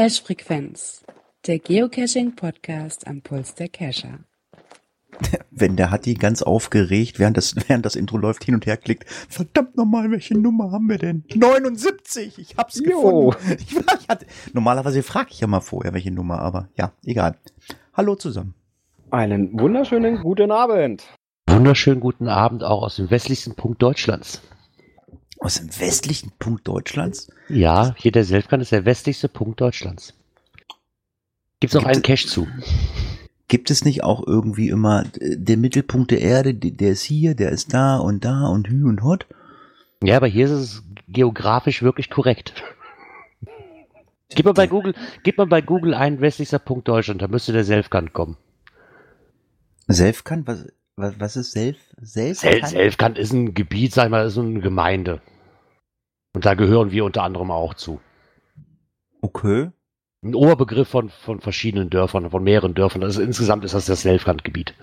Cache-Frequenz, der Geocaching-Podcast am Puls der Cacher. Wenn der Hatti ganz aufgeregt, während das Intro läuft, hin und her klickt, verdammt nochmal, welche Nummer haben wir denn? 79, ich hab's gefunden. Normalerweise frage ich ja mal vorher, welche Nummer, aber ja, egal. Hallo zusammen. Einen wunderschönen guten Abend. Wunderschönen guten Abend auch aus dem westlichsten Punkt Deutschlands. Aus dem westlichen Punkt Deutschlands? Ja, hier der Selfkan ist der westlichste Punkt Deutschlands. Gibt's auch einen Cache zu? Gibt es nicht auch irgendwie immer der Mittelpunkt der Erde, der ist hier, der ist da und Hü und Hot? Ja, aber hier ist es geografisch wirklich korrekt. Gib mal bei Google ein westlichster Punkt Deutschland, da müsste der Selfkan kommen. Selfkan? Was ist Selfkan? Selfkan ist ein Gebiet, sag ich mal, ist eine Gemeinde. Und da gehören wir unter anderem auch zu. Okay. Ein Oberbegriff von verschiedenen Dörfern, von mehreren Dörfern. Also insgesamt ist das Selfkan-Gebiet.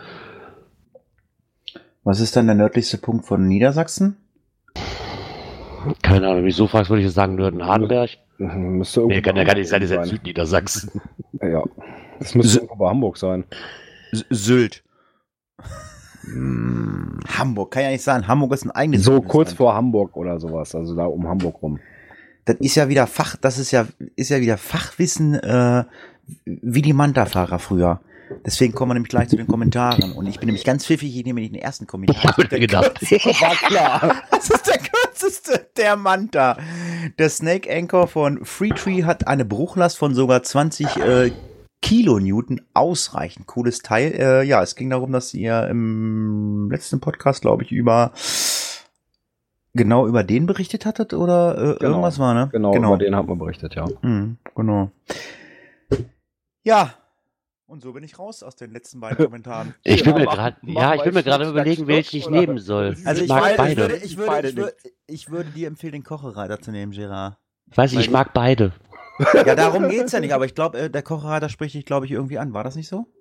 Was ist dann der nördlichste Punkt von Niedersachsen? Keine Ahnung, wieso fragst, würde ich sagen Nürnberg? Müsste Nee, kann ja gar nicht sein, das ist ja Südniedersachsen. Ja, das müsste irgendwo bei Hamburg sein. Sylt. Hamburg, kann ja nicht sein. Hamburg ist ein eigenes So Bundesland. kurz vor Hamburg oder sowas, also da um Hamburg rum. Das ist ja wieder wieder Fachwissen wie die Manta-Fahrer früher. Deswegen kommen wir nämlich gleich zu den Kommentaren. Und ich bin nämlich ganz pfiffig, ich nehme nicht den ersten Kommentar. Hab ich mir gedacht. War klar. Das ist der kürzeste, der Manta. Der Snake Anchor von Freetree hat eine Bruchlast von sogar 20 Kilonewton, ausreichend. Cooles Teil. Ja, es ging darum, dass ihr im letzten Podcast, glaube ich, genau über den berichtet hattet oder irgendwas war, ne? Genau, über den haben wir berichtet, ja. Genau. Ja, und so bin ich raus aus den letzten beiden Kommentaren. Ich will mir Mach gerade überlegen, welchen ich nehmen soll. Also ich mag beide. Ich würde dir empfehlen, den Kochereiter zu nehmen, Gerard. Weiß ich mag beide. Ja, darum geht's ja nicht, aber ich glaube, der Kochereiter spricht dich, glaube ich, irgendwie an. War das nicht so?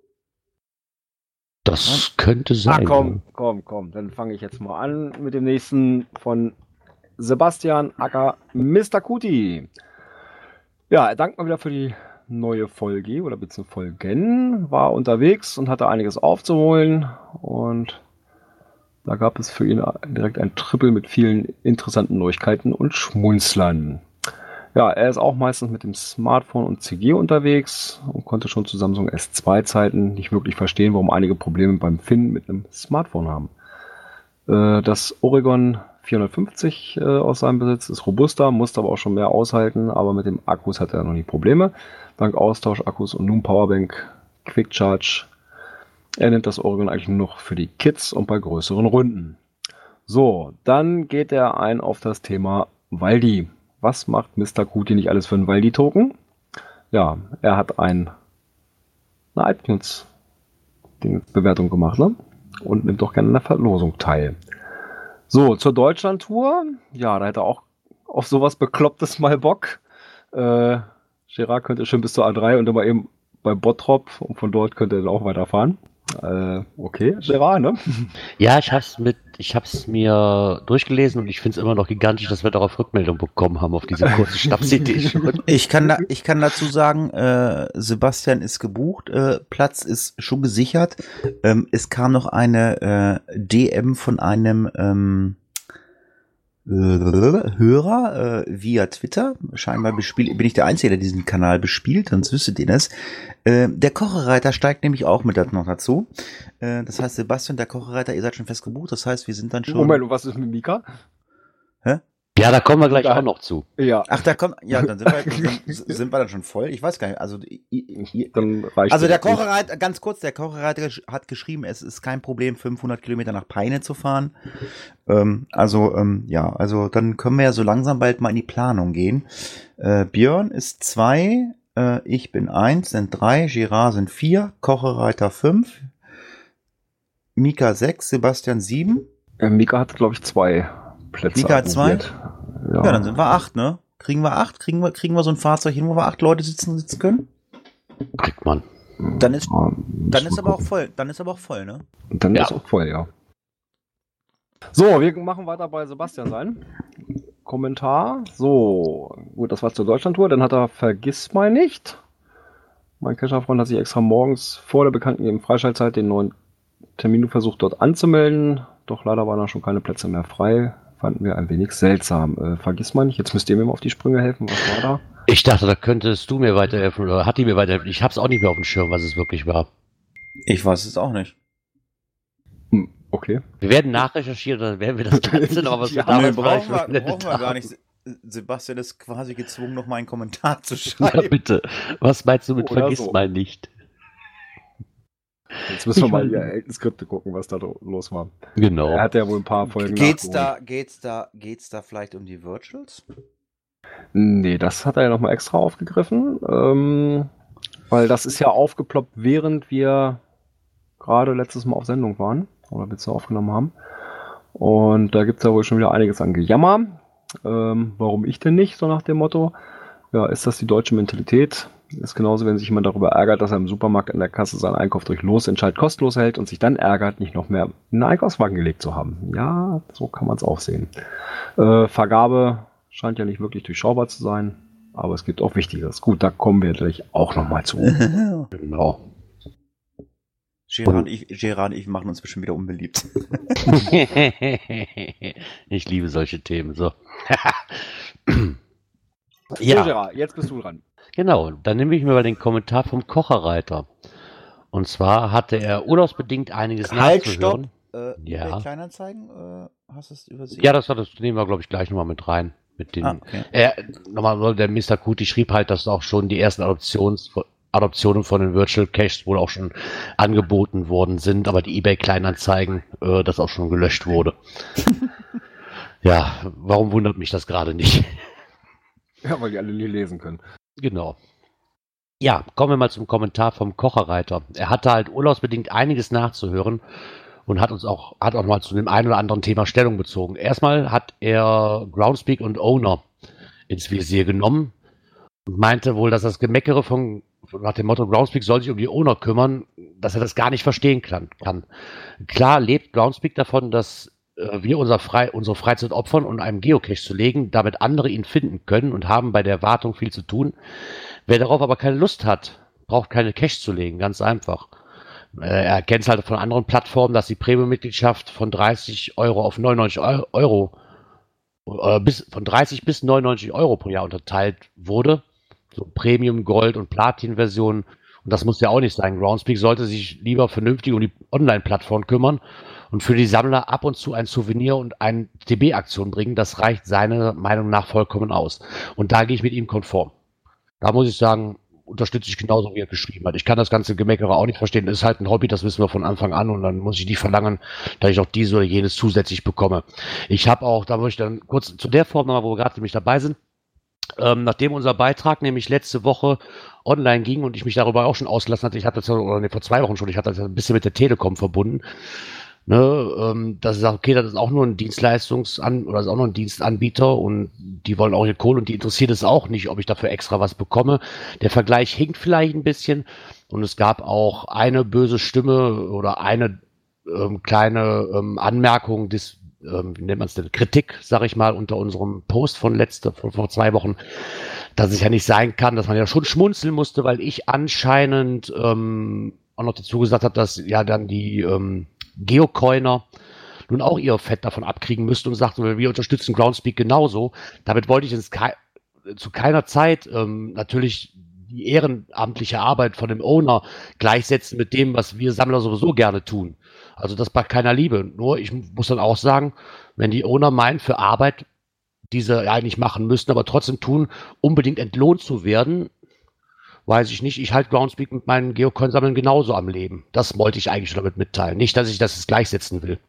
Das könnte sein. Komm. Dann fange ich jetzt mal an mit dem nächsten von Sebastian Acker, Mr. Kuti. Ja, er dankt mal wieder für die neue Folge oder beziehungsweise Folgen. War unterwegs und hatte einiges aufzuholen. Und da gab es für ihn direkt ein Triple mit vielen interessanten Neuigkeiten und Schmunzlern. Ja, er ist auch meistens mit dem Smartphone und CG unterwegs und konnte schon zu Samsung S2-Zeiten nicht wirklich verstehen, warum einige Probleme beim Finden mit einem Smartphone haben. Das Oregon 450 aus seinem Besitz ist robuster, musste aber auch schon mehr aushalten, aber mit dem Akkus hat er noch nie Probleme. Dank Austauschakkus und nun Powerbank Quick Charge. Er nimmt das Oregon eigentlich nur noch für die Kids und bei größeren Runden. So, dann geht er ein auf das Thema Waldi. Was macht Mr. Kuti nicht alles für einen Waldi-Token? Ja, er hat eine iTunes-Bewertung gemacht, ne? Und nimmt doch gerne an der Verlosung teil. So, zur Deutschland-Tour. Ja, da hätte er auch auf sowas Beklopptes mal Bock. Gerard könnte schön bis zur A3 und dann mal eben bei Bottrop und von dort könnte er dann auch weiterfahren. Okay, Gerard, ne? Ja, ich hab's mir durchgelesen und ich finde es immer noch gigantisch, dass wir darauf Rückmeldung bekommen haben auf diese kurze Schnapsidee schon. Ich kann dazu sagen, Sebastian ist gebucht, Platz ist schon gesichert. Es kam noch eine DM von einem Hörer via Twitter. Scheinbar bin ich der Einzige, der diesen Kanal bespielt, sonst wüsstet ihr das. Der Kochereiter steigt nämlich auch mit noch dazu. Das heißt, Sebastian, der Kochereiter, ihr seid schon fest gebucht. Das heißt, wir sind dann schon... Moment, und was ist mit Mika? Hä? Ja, da kommen wir gleich auch noch zu. Ja. Ach, dann sind wir dann schon voll. Ich weiß gar nicht. Also, dann reicht der Kochereiter, ganz kurz, der Kochereiter hat geschrieben, es ist kein Problem, 500 Kilometer nach Peine zu fahren. Also dann können wir ja so langsam bald mal in die Planung gehen. Björn ist 2, ich bin 1, sind 3, Gerard sind 4, Kochereiter 5, Mika 6, Sebastian 7. Mika hat, glaube ich, 2 Plätze. Mika hat 2? Ja, dann sind wir 8, ne? Kriegen wir 8? Kriegen wir so ein Fahrzeug hin, wo wir 8 Leute sitzen können? Kriegt man. Dann ist aber auch voll. Dann ist aber auch voll, ne? Und dann ist auch voll, ja. So, wir machen weiter bei Sebastian sein. Kommentar. So, gut, das war zur Deutschlandtour. Dann hat er Vergissmal nicht. Mein Kescher-Freund hat sich extra morgens vor der bekanntgegebenen Freischaltzeit den neuen Termin versucht, dort anzumelden. Doch leider waren da schon keine Plätze mehr frei. Fanden wir ein wenig seltsam. Vergissmal nicht. Jetzt müsst ihr mir mal auf die Sprünge helfen. Was war da? Ich dachte, da könntest du mir weiterhelfen oder hat die mir weiterhelfen. Ich hab's auch nicht mehr auf dem Schirm, was es wirklich war. Ich weiß es auch nicht. Okay. Wir werden nachrecherchieren, dann werden wir das Ganze noch, was wir Ja, damals brauchen wir bereits gar nicht. Sebastian ist quasi gezwungen, noch mal einen Kommentar zu Ja, schreiben. bitte. Was meinst du mit Oder vergiss so. mal nicht? Jetzt müssen wir Ich mal meine- die alten Skripte gucken, was da los war. Genau. Er hat ja wohl ein paar Folgen Geht's nachgeholt. da vielleicht um die Virtuals? Nee, das hat er ja nochmal extra aufgegriffen, weil das ist ja aufgeploppt, während wir gerade letztes Mal auf Sendung waren oder wir es aufgenommen haben. Und da gibt es ja wohl schon wieder einiges an Gejammer. Warum ich denn nicht, so nach dem Motto. Ja, ist das die deutsche Mentalität? Ist genauso, wenn sich jemand darüber ärgert, dass er im Supermarkt an der Kasse seinen Einkauf durch Losentscheid kostenlos hält und sich dann ärgert, nicht noch mehr in den Einkaufswagen gelegt zu haben. Ja, so kann man es auch sehen. Vergabe scheint ja nicht wirklich durchschaubar zu sein, aber es gibt auch Wichtigeres. Gut, da kommen wir gleich auch nochmal zu. Genau. Gerard und ich machen uns bestimmt wieder unbeliebt. Ich liebe solche Themen. So. So, Ja, Gerard, jetzt bist du dran. genau. Dann nehme ich mir mal den Kommentar vom Kocherreiter. Und zwar hatte er urlaubsbedingt einiges Halt, nachzuhören. Ja. Ja. Kleinanzeigen, hast du es übersehen? Ja, das nehmen wir, glaube ich, gleich nochmal mit rein. Mit den, okay. nochmal, der Mr. Kuti schrieb halt, dass auch schon die ersten Adoptionen von den Virtual Caches wohl auch schon angeboten worden sind, aber die eBay-Kleinanzeigen, das auch schon gelöscht wurde. Ja, warum wundert mich das gerade nicht? Ja, weil die alle nie lesen können. Genau. Ja, kommen wir mal zum Kommentar vom Kocherreiter. Er hatte halt urlaubsbedingt einiges nachzuhören und hat auch mal zu dem einen oder anderen Thema Stellung bezogen. Erstmal hat er Groundspeak und Owner ins Visier genommen und meinte wohl, dass das Gemeckere nach dem Motto Groundspeak soll sich um die Owner kümmern, dass er das gar nicht verstehen kann. Klar lebt Groundspeak davon, dass wir unsere Freizeit opfern, um einen Geocache zu legen, damit andere ihn finden können und haben bei der Wartung viel zu tun. Wer darauf aber keine Lust hat, braucht keine Cache zu legen, ganz einfach. Er kennt es halt von anderen Plattformen, dass die Premium-Mitgliedschaft von 30 Euro auf 99 Euro von 30 bis 99 Euro pro Jahr unterteilt wurde. So Premium, Gold und Platin-Versionen. Und das muss ja auch nicht sein. Groundspeak sollte sich lieber vernünftig um die Online-Plattform kümmern und für die Sammler ab und zu ein Souvenir und eine TB-Aktion bringen. Das reicht seiner Meinung nach vollkommen aus. Und da gehe ich mit ihm konform. Da muss ich sagen, unterstütze ich genauso, wie er geschrieben hat. Ich kann das ganze Gemeckere auch nicht verstehen. Das ist halt ein Hobby, das wissen wir von Anfang an und dann muss ich nicht verlangen, dass ich auch dies oder jenes zusätzlich bekomme. Ich habe auch, da möchte ich dann kurz zu der Form nochmal, wo wir gerade nämlich dabei sind, nachdem unser Beitrag nämlich letzte Woche online ging und ich mich darüber auch schon ausgelassen hatte, ich hatte das ja, oder vor 2 Wochen schon, ich hatte das ja ein bisschen mit der Telekom verbunden, ne, dass ich sage, okay, das ist auch nur ein oder das ist auch nur ein Dienstanbieter und die wollen auch ihre Kohle und die interessiert es auch nicht, ob ich dafür extra was bekomme. Der Vergleich hinkt vielleicht ein bisschen und es gab auch eine böse Stimme oder eine kleine Anmerkung wie nennt man es denn, Kritik, sag ich mal, unter unserem Post von vor 2 Wochen, dass es ja nicht sein kann, dass man ja schon schmunzeln musste, weil ich anscheinend auch noch dazu gesagt habe, dass ja dann die Geocoiner nun auch ihr Fett davon abkriegen müssten und sagten, wir unterstützen Groundspeak genauso. Damit wollte ich zu keiner Zeit natürlich die ehrenamtliche Arbeit von dem Owner gleichsetzen mit dem, was wir Sammler sowieso gerne tun. Also das bei keiner Liebe. Nur ich muss dann auch sagen, wenn die Owner meinen, für Arbeit, die sie eigentlich machen müssten, aber trotzdem tun, unbedingt entlohnt zu werden, weiß ich nicht. Ich halte Groundspeak mit meinen Geocoin-Sammeln genauso am Leben. Das wollte ich eigentlich damit mitteilen. Nicht, dass ich das gleichsetzen will.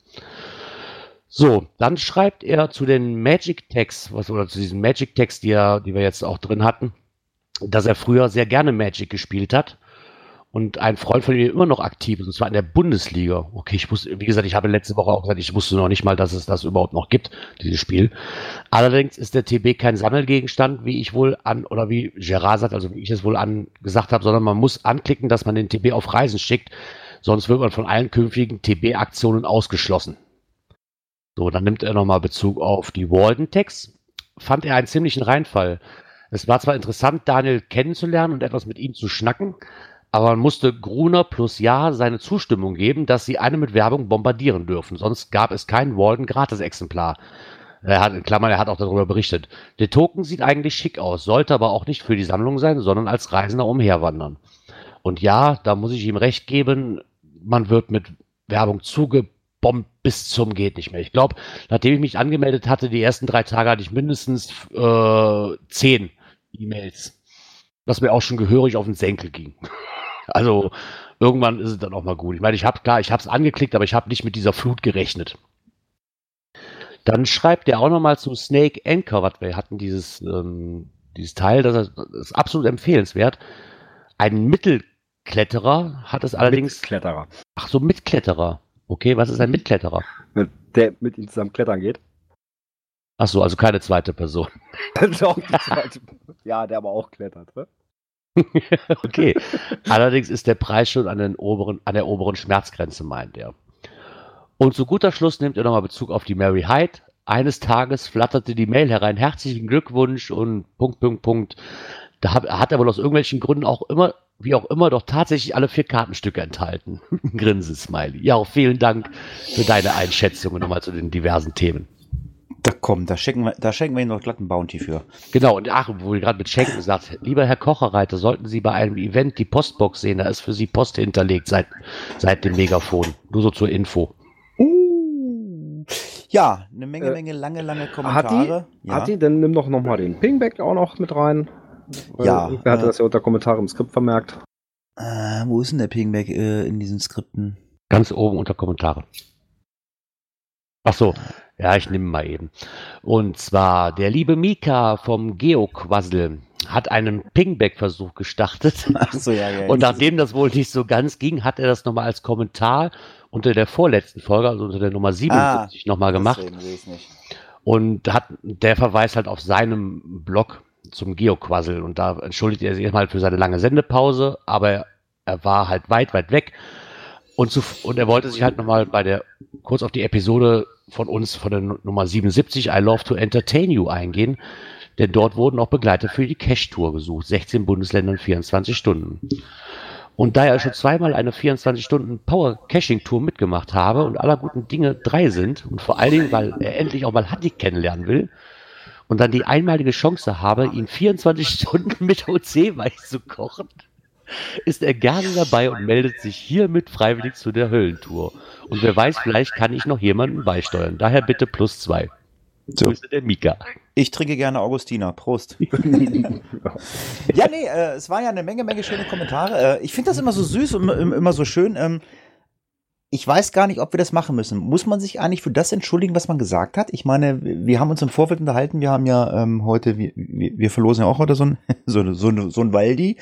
So, dann schreibt er zu den Magic-Tags, oder zu diesen Magic-Tags, die wir jetzt auch drin hatten, dass er früher sehr gerne Magic gespielt hat und ein Freund von ihm immer noch aktiv ist, und zwar in der Bundesliga. Okay, wie gesagt, ich habe letzte Woche auch gesagt, ich wusste noch nicht mal, dass es das überhaupt noch gibt, dieses Spiel. Allerdings ist der TB kein Sammelgegenstand, wie Gerard sagt, also wie ich es wohl gesagt habe, sondern man muss anklicken, dass man den TB auf Reisen schickt, sonst wird man von allen künftigen TB-Aktionen ausgeschlossen. So, dann nimmt er nochmal Bezug auf die Walden-Tags. fand er einen ziemlichen Reinfall. Es war zwar interessant, Daniel kennenzulernen und etwas mit ihm zu schnacken, aber man musste Gruner plus Ja seine Zustimmung geben, dass sie eine mit Werbung bombardieren dürfen. Sonst gab es kein Walden-Gratis-Exemplar. In Klammern, er hat auch darüber berichtet. Der Token sieht eigentlich schick aus, sollte aber auch nicht für die Sammlung sein, sondern als Reisender umherwandern. Und ja, da muss ich ihm recht geben, man wird mit Werbung zugebombt bis zum geht nicht mehr. Ich glaube, nachdem ich mich angemeldet hatte, die ersten 3 Tage hatte ich mindestens 10 E-Mails, was mir auch schon gehörig auf den Senkel ging. Also irgendwann ist es dann auch mal gut. Ich meine, ich habe es angeklickt, aber ich habe nicht mit dieser Flut gerechnet. Dann schreibt er auch nochmal zu Snake Anchor, was wir hatten, dieses Teil, das ist absolut empfehlenswert. Ein Mittelkletterer hat es allerdings... Mitkletterer. Ach so, Mitkletterer. Okay, was ist ein Mitkletterer? Der mit ihm zusammen klettern geht. Ach so, also keine zweite Person. Doch, die zweite. Ja, der aber auch klettert, ne? Okay. Allerdings ist der Preis schon an der oberen Schmerzgrenze, meint er. Und zu guter Schluss nimmt er nochmal Bezug auf die Mary Hyde. Eines Tages flatterte die Mail herein. Herzlichen Glückwunsch und ... Da hat er wohl aus irgendwelchen Gründen auch immer, wie auch immer, doch tatsächlich alle 4 Kartenstücke enthalten. Grinse-Smiley. Ja, auch vielen Dank für deine Einschätzungen nochmal zu den diversen Themen. Da schenken wir ihm noch glatt einen Bounty für. Genau, und wo ihr gerade mit Schenken sagt, lieber Herr Kocherreiter, sollten Sie bei einem Event die Postbox sehen, da ist für Sie Post hinterlegt seit dem Megafon. Nur so zur Info. Ja, eine Menge lange Kommentare. Hat die, dann nimm doch nochmal den Pingback auch noch mit rein. Ja. Wer hatte das ja unter Kommentare im Skript vermerkt? Wo ist denn der Pingback in diesen Skripten? Ganz oben unter Kommentare. Ach so, ja, ich nehme mal eben. Und zwar, der liebe Mika vom Geoquassel hat einen Pingback-Versuch gestartet. Ach so, ja. Und nachdem das wohl nicht so ganz ging, hat er das nochmal als Kommentar unter der vorletzten Folge, also unter der Nummer 77 nochmal gemacht. Sehe ich nicht. Und der verweist halt auf seinem Blog zum Geoquassel. Und da entschuldigt er sich mal für seine lange Sendepause, aber er war halt weit weg. Und er wollte sich halt nochmal kurz auf die Episode von uns, von der Nummer 77, I Love to Entertain You, eingehen. Denn dort wurden auch Begleiter für die Cash-Tour gesucht. 16 Bundesländer und 24 Stunden. Und da er schon zweimal eine 24-Stunden-Power-Caching-Tour mitgemacht habe und aller guten Dinge 3 sind und vor allen Dingen, weil er endlich auch mal Hatti kennenlernen will und dann die einmalige Chance habe, ihn 24 Stunden mit OC-Weiß zu kochen, ist er gerne dabei und meldet sich hiermit freiwillig zu der Höllentour. Und wer weiß, vielleicht kann ich noch jemanden beisteuern. Daher bitte +2. So. Grüße der Mika. Ich trinke gerne Augustiner. Prost. Ja, nee, es war ja eine Menge schöne Kommentare. Ich finde das immer so süß und immer so schön. Ich weiß gar nicht, ob wir das machen müssen. Muss man sich eigentlich für das entschuldigen, was man gesagt hat? Ich meine, wir haben uns im Vorfeld unterhalten. Wir haben ja heute, wir verlosen ja auch heute so ein Waldi.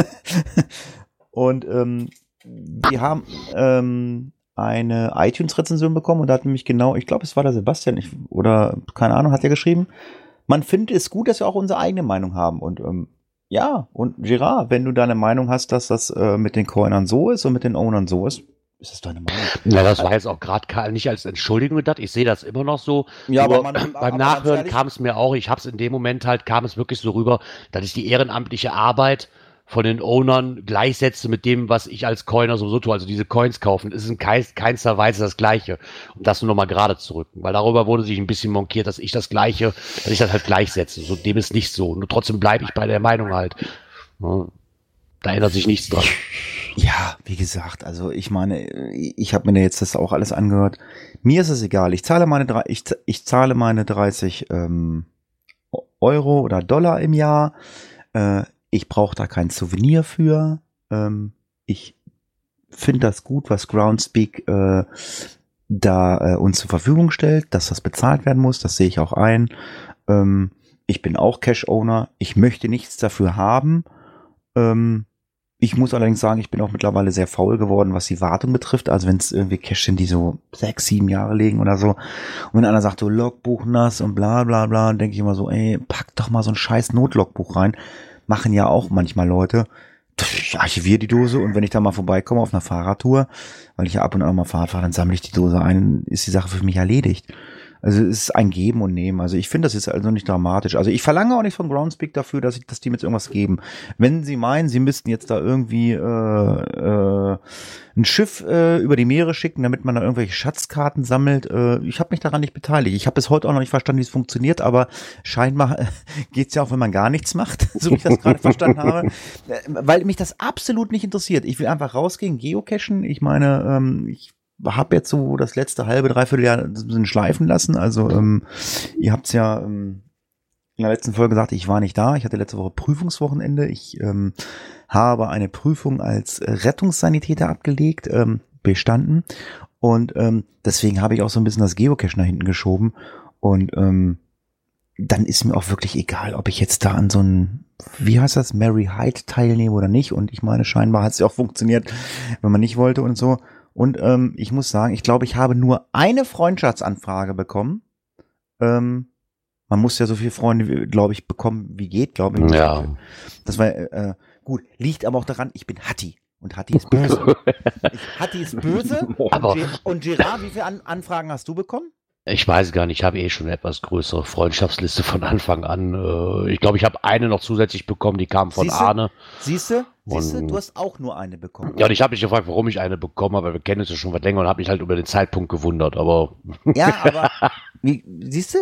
Und wir haben eine iTunes-Rezension bekommen und da hat nämlich genau, ich glaube, es war der Sebastian, oder keine Ahnung, hat er geschrieben, man findet es gut, dass wir auch unsere eigene Meinung haben. Und ja, und Gerard, wenn du deine Meinung hast, dass das mit den Coinern so ist und mit den Ownern so ist das deine Meinung? Ja, das war jetzt auch gerade nicht als Entschuldigung gedacht. Ich sehe das immer noch so. Ja, aber beim Nachhören kam es mir auch, ich habe es in dem Moment halt, kam es wirklich so rüber, dass ich die ehrenamtliche Arbeit von den Ownern gleichsetze mit dem, was ich als Coiner sowieso tue, also diese Coins kaufen, ist in keinster Weise das Gleiche. Und das nur nochmal gerade zu rücken, weil darüber wurde sich ein bisschen monkiert, dass ich das halt gleichsetze. So, dem ist nicht so. Nur trotzdem bleibe ich bei der Meinung halt. Ja, da ändert sich nichts dran. Ja, wie gesagt, also ich meine, ich habe mir jetzt das auch alles angehört. Mir ist es egal. Ich zahle meine 30 Euro oder Dollar im Jahr. Ich brauche da kein Souvenir für. Ich finde das gut, was Groundspeak da uns zur Verfügung stellt, dass das bezahlt werden muss. Das sehe ich auch ein. Ich bin auch Cash-Owner. Ich möchte nichts dafür haben. Ich muss allerdings sagen, ich bin auch mittlerweile sehr faul geworden, was die Wartung betrifft. Also wenn es irgendwie Cash sind, die so 6, 7 Jahre liegen oder so. Und wenn einer sagt, so Logbuch nass und bla bla bla, dann denke ich immer so, ey, pack doch mal so ein scheiß Notlogbuch rein. Machen ja auch manchmal Leute. Ich archiviere die Dose und wenn ich da mal vorbeikomme auf einer Fahrradtour, weil ich ja ab und an mal Fahrrad fahre, dann sammle ich die Dose ein, ist die Sache für mich erledigt. Also es ist ein Geben und Nehmen. Also ich finde, das ist also nicht dramatisch. Also ich verlange auch nicht von Groundspeak dafür, dass die mir jetzt irgendwas geben. Wenn sie meinen, sie müssten jetzt da irgendwie ein Schiff über die Meere schicken, damit man da irgendwelche Schatzkarten sammelt. Ich habe mich daran nicht beteiligt. Ich habe bis heute auch noch nicht verstanden, wie es funktioniert, aber scheinbar geht's ja auch, wenn man gar nichts macht, so wie ich das gerade verstanden habe. Weil mich das absolut nicht interessiert. Ich will einfach rausgehen, geocachen. Ich meine, ich habe jetzt so das letzte halbe, dreiviertel Jahr schleifen lassen. Also ihr habt es ja in der letzten Folge gesagt, ich war nicht da. Ich hatte letzte Woche Prüfungswochenende. Ich habe eine Prüfung als Rettungssanitäter abgelegt, bestanden. Und deswegen habe ich auch so ein bisschen das Geocachen nach hinten geschoben. Und dann ist mir auch wirklich egal, ob ich jetzt da an so ein, wie heißt das, Mary Hyde teilnehme oder nicht. Und ich meine, scheinbar hat es ja auch funktioniert, wenn man nicht wollte und so. Und ich muss sagen, ich glaube, ich habe nur eine Freundschaftsanfrage bekommen. Man muss ja so viele Freunde, glaube ich, bekommen, wie geht, glaube ich. Ja. Das war gut. Liegt aber auch daran, ich bin Hatti. Und Hatti ist böse. Hatti ist böse. Aber Und Gerard, wie viele Anfragen hast du bekommen? ich weiß gar nicht, ich habe schon eine etwas größere Freundschaftsliste von Anfang an. Ich glaube, ich habe eine noch zusätzlich bekommen, die kam von Arne. Siehst du, du hast auch nur eine bekommen. Ja, und ich habe mich gefragt, warum ich eine bekommen habe, weil wir kennen uns ja schon was länger und habe mich halt über den Zeitpunkt gewundert, aber... Ja, aber siehst du,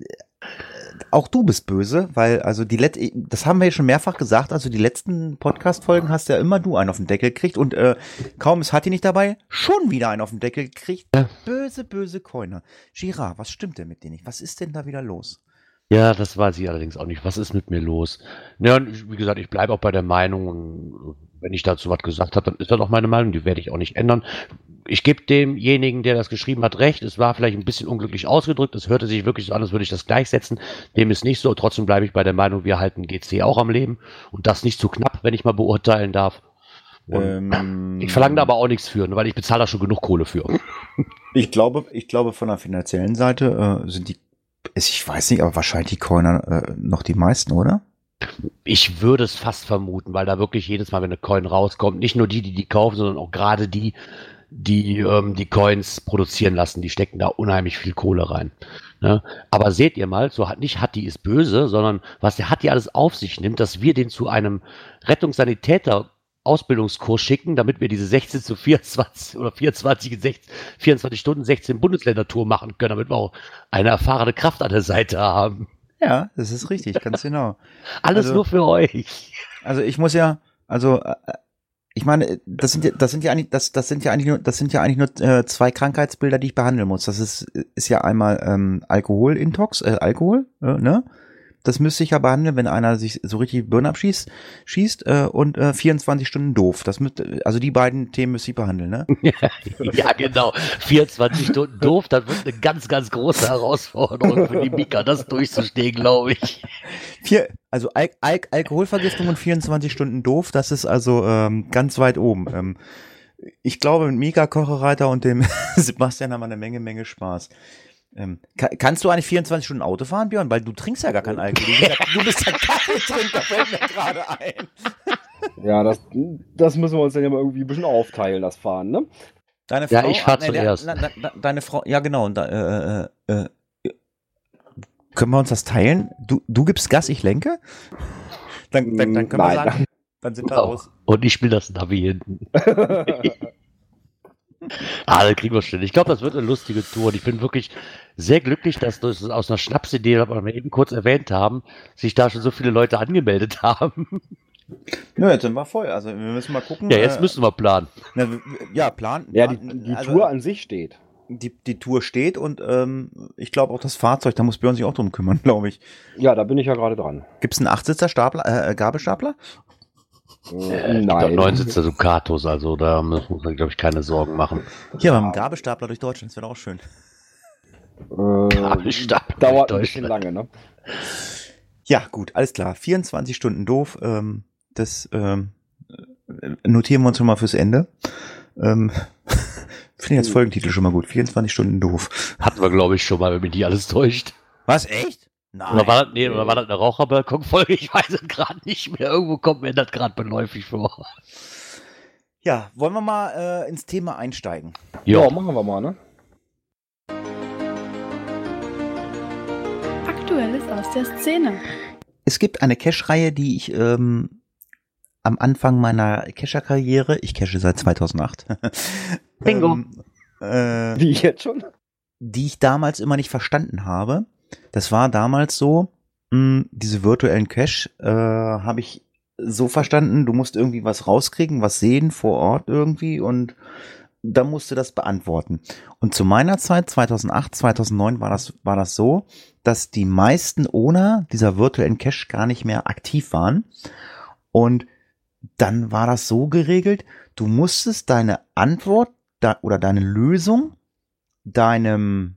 auch du bist böse, weil also das haben wir ja schon mehrfach gesagt, also die letzten Podcast-Folgen hast ja immer du einen auf den Deckel gekriegt und kaum ist Hatti nicht dabei, schon wieder einen auf den Deckel gekriegt. Ja. Böse, böse Coiner. Girard, was stimmt denn mit dir nicht? Was ist denn da wieder los? Ja, das weiß ich allerdings auch nicht. Was ist mit mir los? Ja, und wie gesagt, ich bleibe auch bei der Meinung und wenn ich dazu was gesagt habe, dann ist das auch meine Meinung, die werde ich auch nicht ändern. Ich gebe demjenigen, der das geschrieben hat, recht. Es war vielleicht ein bisschen unglücklich ausgedrückt. Es hörte sich wirklich so an, als würde ich das gleichsetzen. Dem ist nicht so. Trotzdem bleibe ich bei der Meinung, wir halten GC auch am Leben und das nicht zu knapp, wenn ich mal beurteilen darf. Ich verlange da aber auch nichts für, weil ich bezahle da schon genug Kohle für. Ich glaube, von der finanziellen Seite sind ich weiß nicht, aber wahrscheinlich die Coiner noch die meisten, oder? Ich würde es fast vermuten, weil da wirklich jedes Mal, wenn eine Coin rauskommt, nicht nur die kaufen, sondern auch gerade die Coins produzieren lassen, die stecken da unheimlich viel Kohle rein. Ne? Aber seht ihr mal, so nicht Hatti ist böse, sondern was der Hatti alles auf sich nimmt, dass wir den zu einem Rettungssanitäter Ausbildungskurs schicken, damit wir diese 16 zu 24 oder 24 Stunden 16 Bundesländer-Tour machen können, damit wir auch eine erfahrene Kraft an der Seite haben. Ja, das ist richtig, ganz genau. Alles nur für euch. Also ich muss ja, ich meine, das sind ja eigentlich nur zwei Krankheitsbilder, die ich behandeln muss. Das ist ja einmal Alkoholintox, Alkohol, ne? Das müsste ich ja behandeln, wenn einer sich so richtig die Birne schießt und 24 Stunden doof. Also die beiden Themen müsste ich behandeln, ne? Ja, genau. 24 Stunden doof, das wird eine ganz, ganz große Herausforderung für die Mika, das durchzustehen, glaube ich. Also Alkoholvergiftung und 24 Stunden doof, das ist also ganz weit oben. Ich glaube, mit Mika Kocherreiter und dem Sebastian haben wir eine Menge Spaß. Kannst du eigentlich 24 Stunden Auto fahren, Björn? Weil du trinkst ja gar keinen Alkohol. Du bist ja Kaffeetrinker, fällt mir gerade ein. Ja, das müssen wir uns dann ja mal irgendwie ein bisschen aufteilen, das Fahren, ne? Deine Frau, ja, ich fahr zuerst. Deine Frau, ja genau. Können wir uns das teilen? Du gibst Gas, ich lenke? Dann können wir sagen, dann sind wir raus. Und ich spiele das Navi hinten. Das kriegen wir schon. Ich glaube, das wird eine lustige Tour. Und ich bin wirklich sehr glücklich, dass das aus einer Schnapsidee, was wir eben kurz erwähnt haben, sich da schon so viele Leute angemeldet haben. Nö, jetzt sind wir voll. Also wir müssen mal gucken. Ja, jetzt müssen wir planen. Planen. Ja, die Tour an sich steht. Die Tour steht und ich glaube auch das Fahrzeug, da muss Björn sich auch drum kümmern, glaube ich. Ja, da bin ich ja gerade dran. Gibt es einen 8-Sitzer Gabelstapler? Nein. 9-Sitzer Ducatos, also da muss man, glaube ich, keine Sorgen machen. Hier, wir haben einen Gabelstapler durch Deutschland, das wäre auch schön. Gabelstapler dauert ein bisschen lange, ne? Ja, gut, alles klar. 24 Stunden doof, das notieren wir uns schon mal fürs Ende. Finde ich als Folgentitel schon mal gut. 24 Stunden doof. Hatten wir, glaube ich, schon mal, wenn mich nicht alles täuscht. Was, echt? Nein. Oder war das eine Raucherbalkon-Folge? Ich weiß es gerade nicht mehr. Irgendwo kommt mir das gerade beläufig vor. Ja, wollen wir mal ins Thema einsteigen? Ja, machen wir mal, ne? Aktuelles aus der Szene. Es gibt eine Cache-Reihe, die ich am Anfang meiner Cacher-Karriere, ich cache seit 2008, Bingo. Wie jetzt schon? Die ich damals immer nicht verstanden habe. Das war damals so, diese virtuellen Cache habe ich so verstanden, du musst irgendwie was rauskriegen, was sehen vor Ort irgendwie und dann musst du das beantworten. Und zu meiner Zeit, 2008, 2009, war das so, dass die meisten Owner dieser virtuellen Cache gar nicht mehr aktiv waren. Und dann war das so geregelt, du musstest deine Antwort oder deine Lösung deinem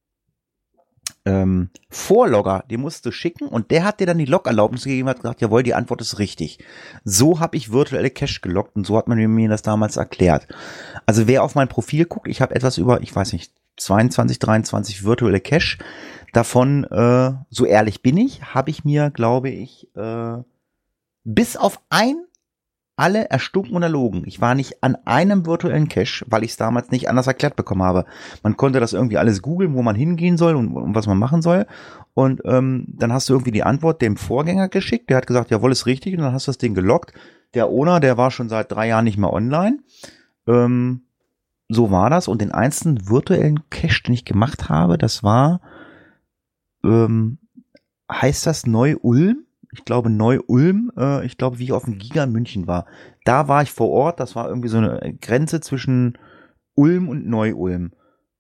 Vorlogger, den musst du schicken und der hat dir dann die Log-Erlaubnis gegeben und hat gesagt, jawohl, die Antwort ist richtig. So habe ich virtuelle Cache geloggt und so hat man mir das damals erklärt. Also wer auf mein Profil guckt, ich habe etwas über, ich weiß nicht, 22, 23 virtuelle Cache. Davon, so ehrlich bin ich, habe ich mir, glaube ich, bis auf alle erstunken und erlogen. Ich war nicht an einem virtuellen Cache, weil ich es damals nicht anders erklärt bekommen habe. Man konnte das irgendwie alles googeln, wo man hingehen soll und was man machen soll. Und dann hast du irgendwie die Antwort dem Vorgänger geschickt. Der hat gesagt, jawohl, ist richtig. Und dann hast du das Ding geloggt. Der Owner, der war schon seit 3 Jahren nicht mehr online. So war das. Und den einzelnen virtuellen Cache, den ich gemacht habe, das war, heißt das Neu-Ulm? Ich glaube Neu-Ulm, ich glaube, wie ich auf dem Giga in München war. Da war ich vor Ort, das war irgendwie so eine Grenze zwischen Ulm und Neu-Ulm.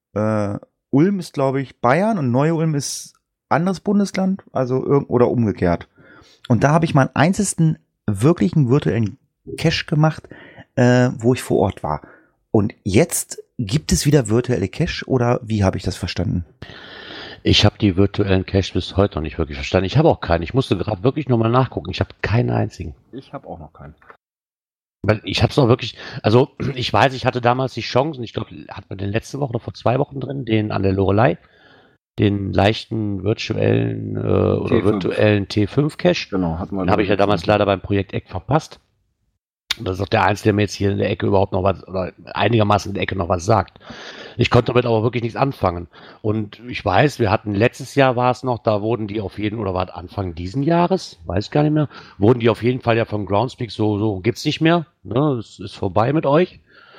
Ulm ist, glaube ich, Bayern und Neu-Ulm ist anderes Bundesland, also oder umgekehrt. Und da habe ich meinen einzigen wirklichen virtuellen Cache gemacht, wo ich vor Ort war. Und jetzt gibt es wieder virtuelle Cache oder wie habe ich das verstanden? Ich habe die virtuellen Cache bis heute noch nicht wirklich verstanden. Ich habe auch keinen. Ich musste gerade wirklich nochmal nachgucken. Ich habe keinen einzigen. Ich habe auch noch keinen. Weil ich habe es auch wirklich, also ich weiß, ich hatte damals die Chancen, ich glaube, hat man den letzte Woche oder vor 2 Wochen drin, den an der Lorelei, den leichten virtuellen oder T5. virtuellen T5 Cache. Genau, hatten wir. Den habe ich ja damals leider beim Projekt Eck verpasst. Und das ist auch der Einzige, der mir jetzt hier in der Ecke überhaupt noch was, oder einigermaßen in der Ecke noch was sagt. Ich konnte damit aber wirklich nichts anfangen. Und ich weiß, wir hatten letztes Jahr war es noch, da wurden die auf jeden, oder war es Anfang diesen Jahres, weiß gar nicht mehr, wurden die auf jeden Fall ja vom Groundspeak so gibt's nicht mehr. Ne? Es ist vorbei mit euch.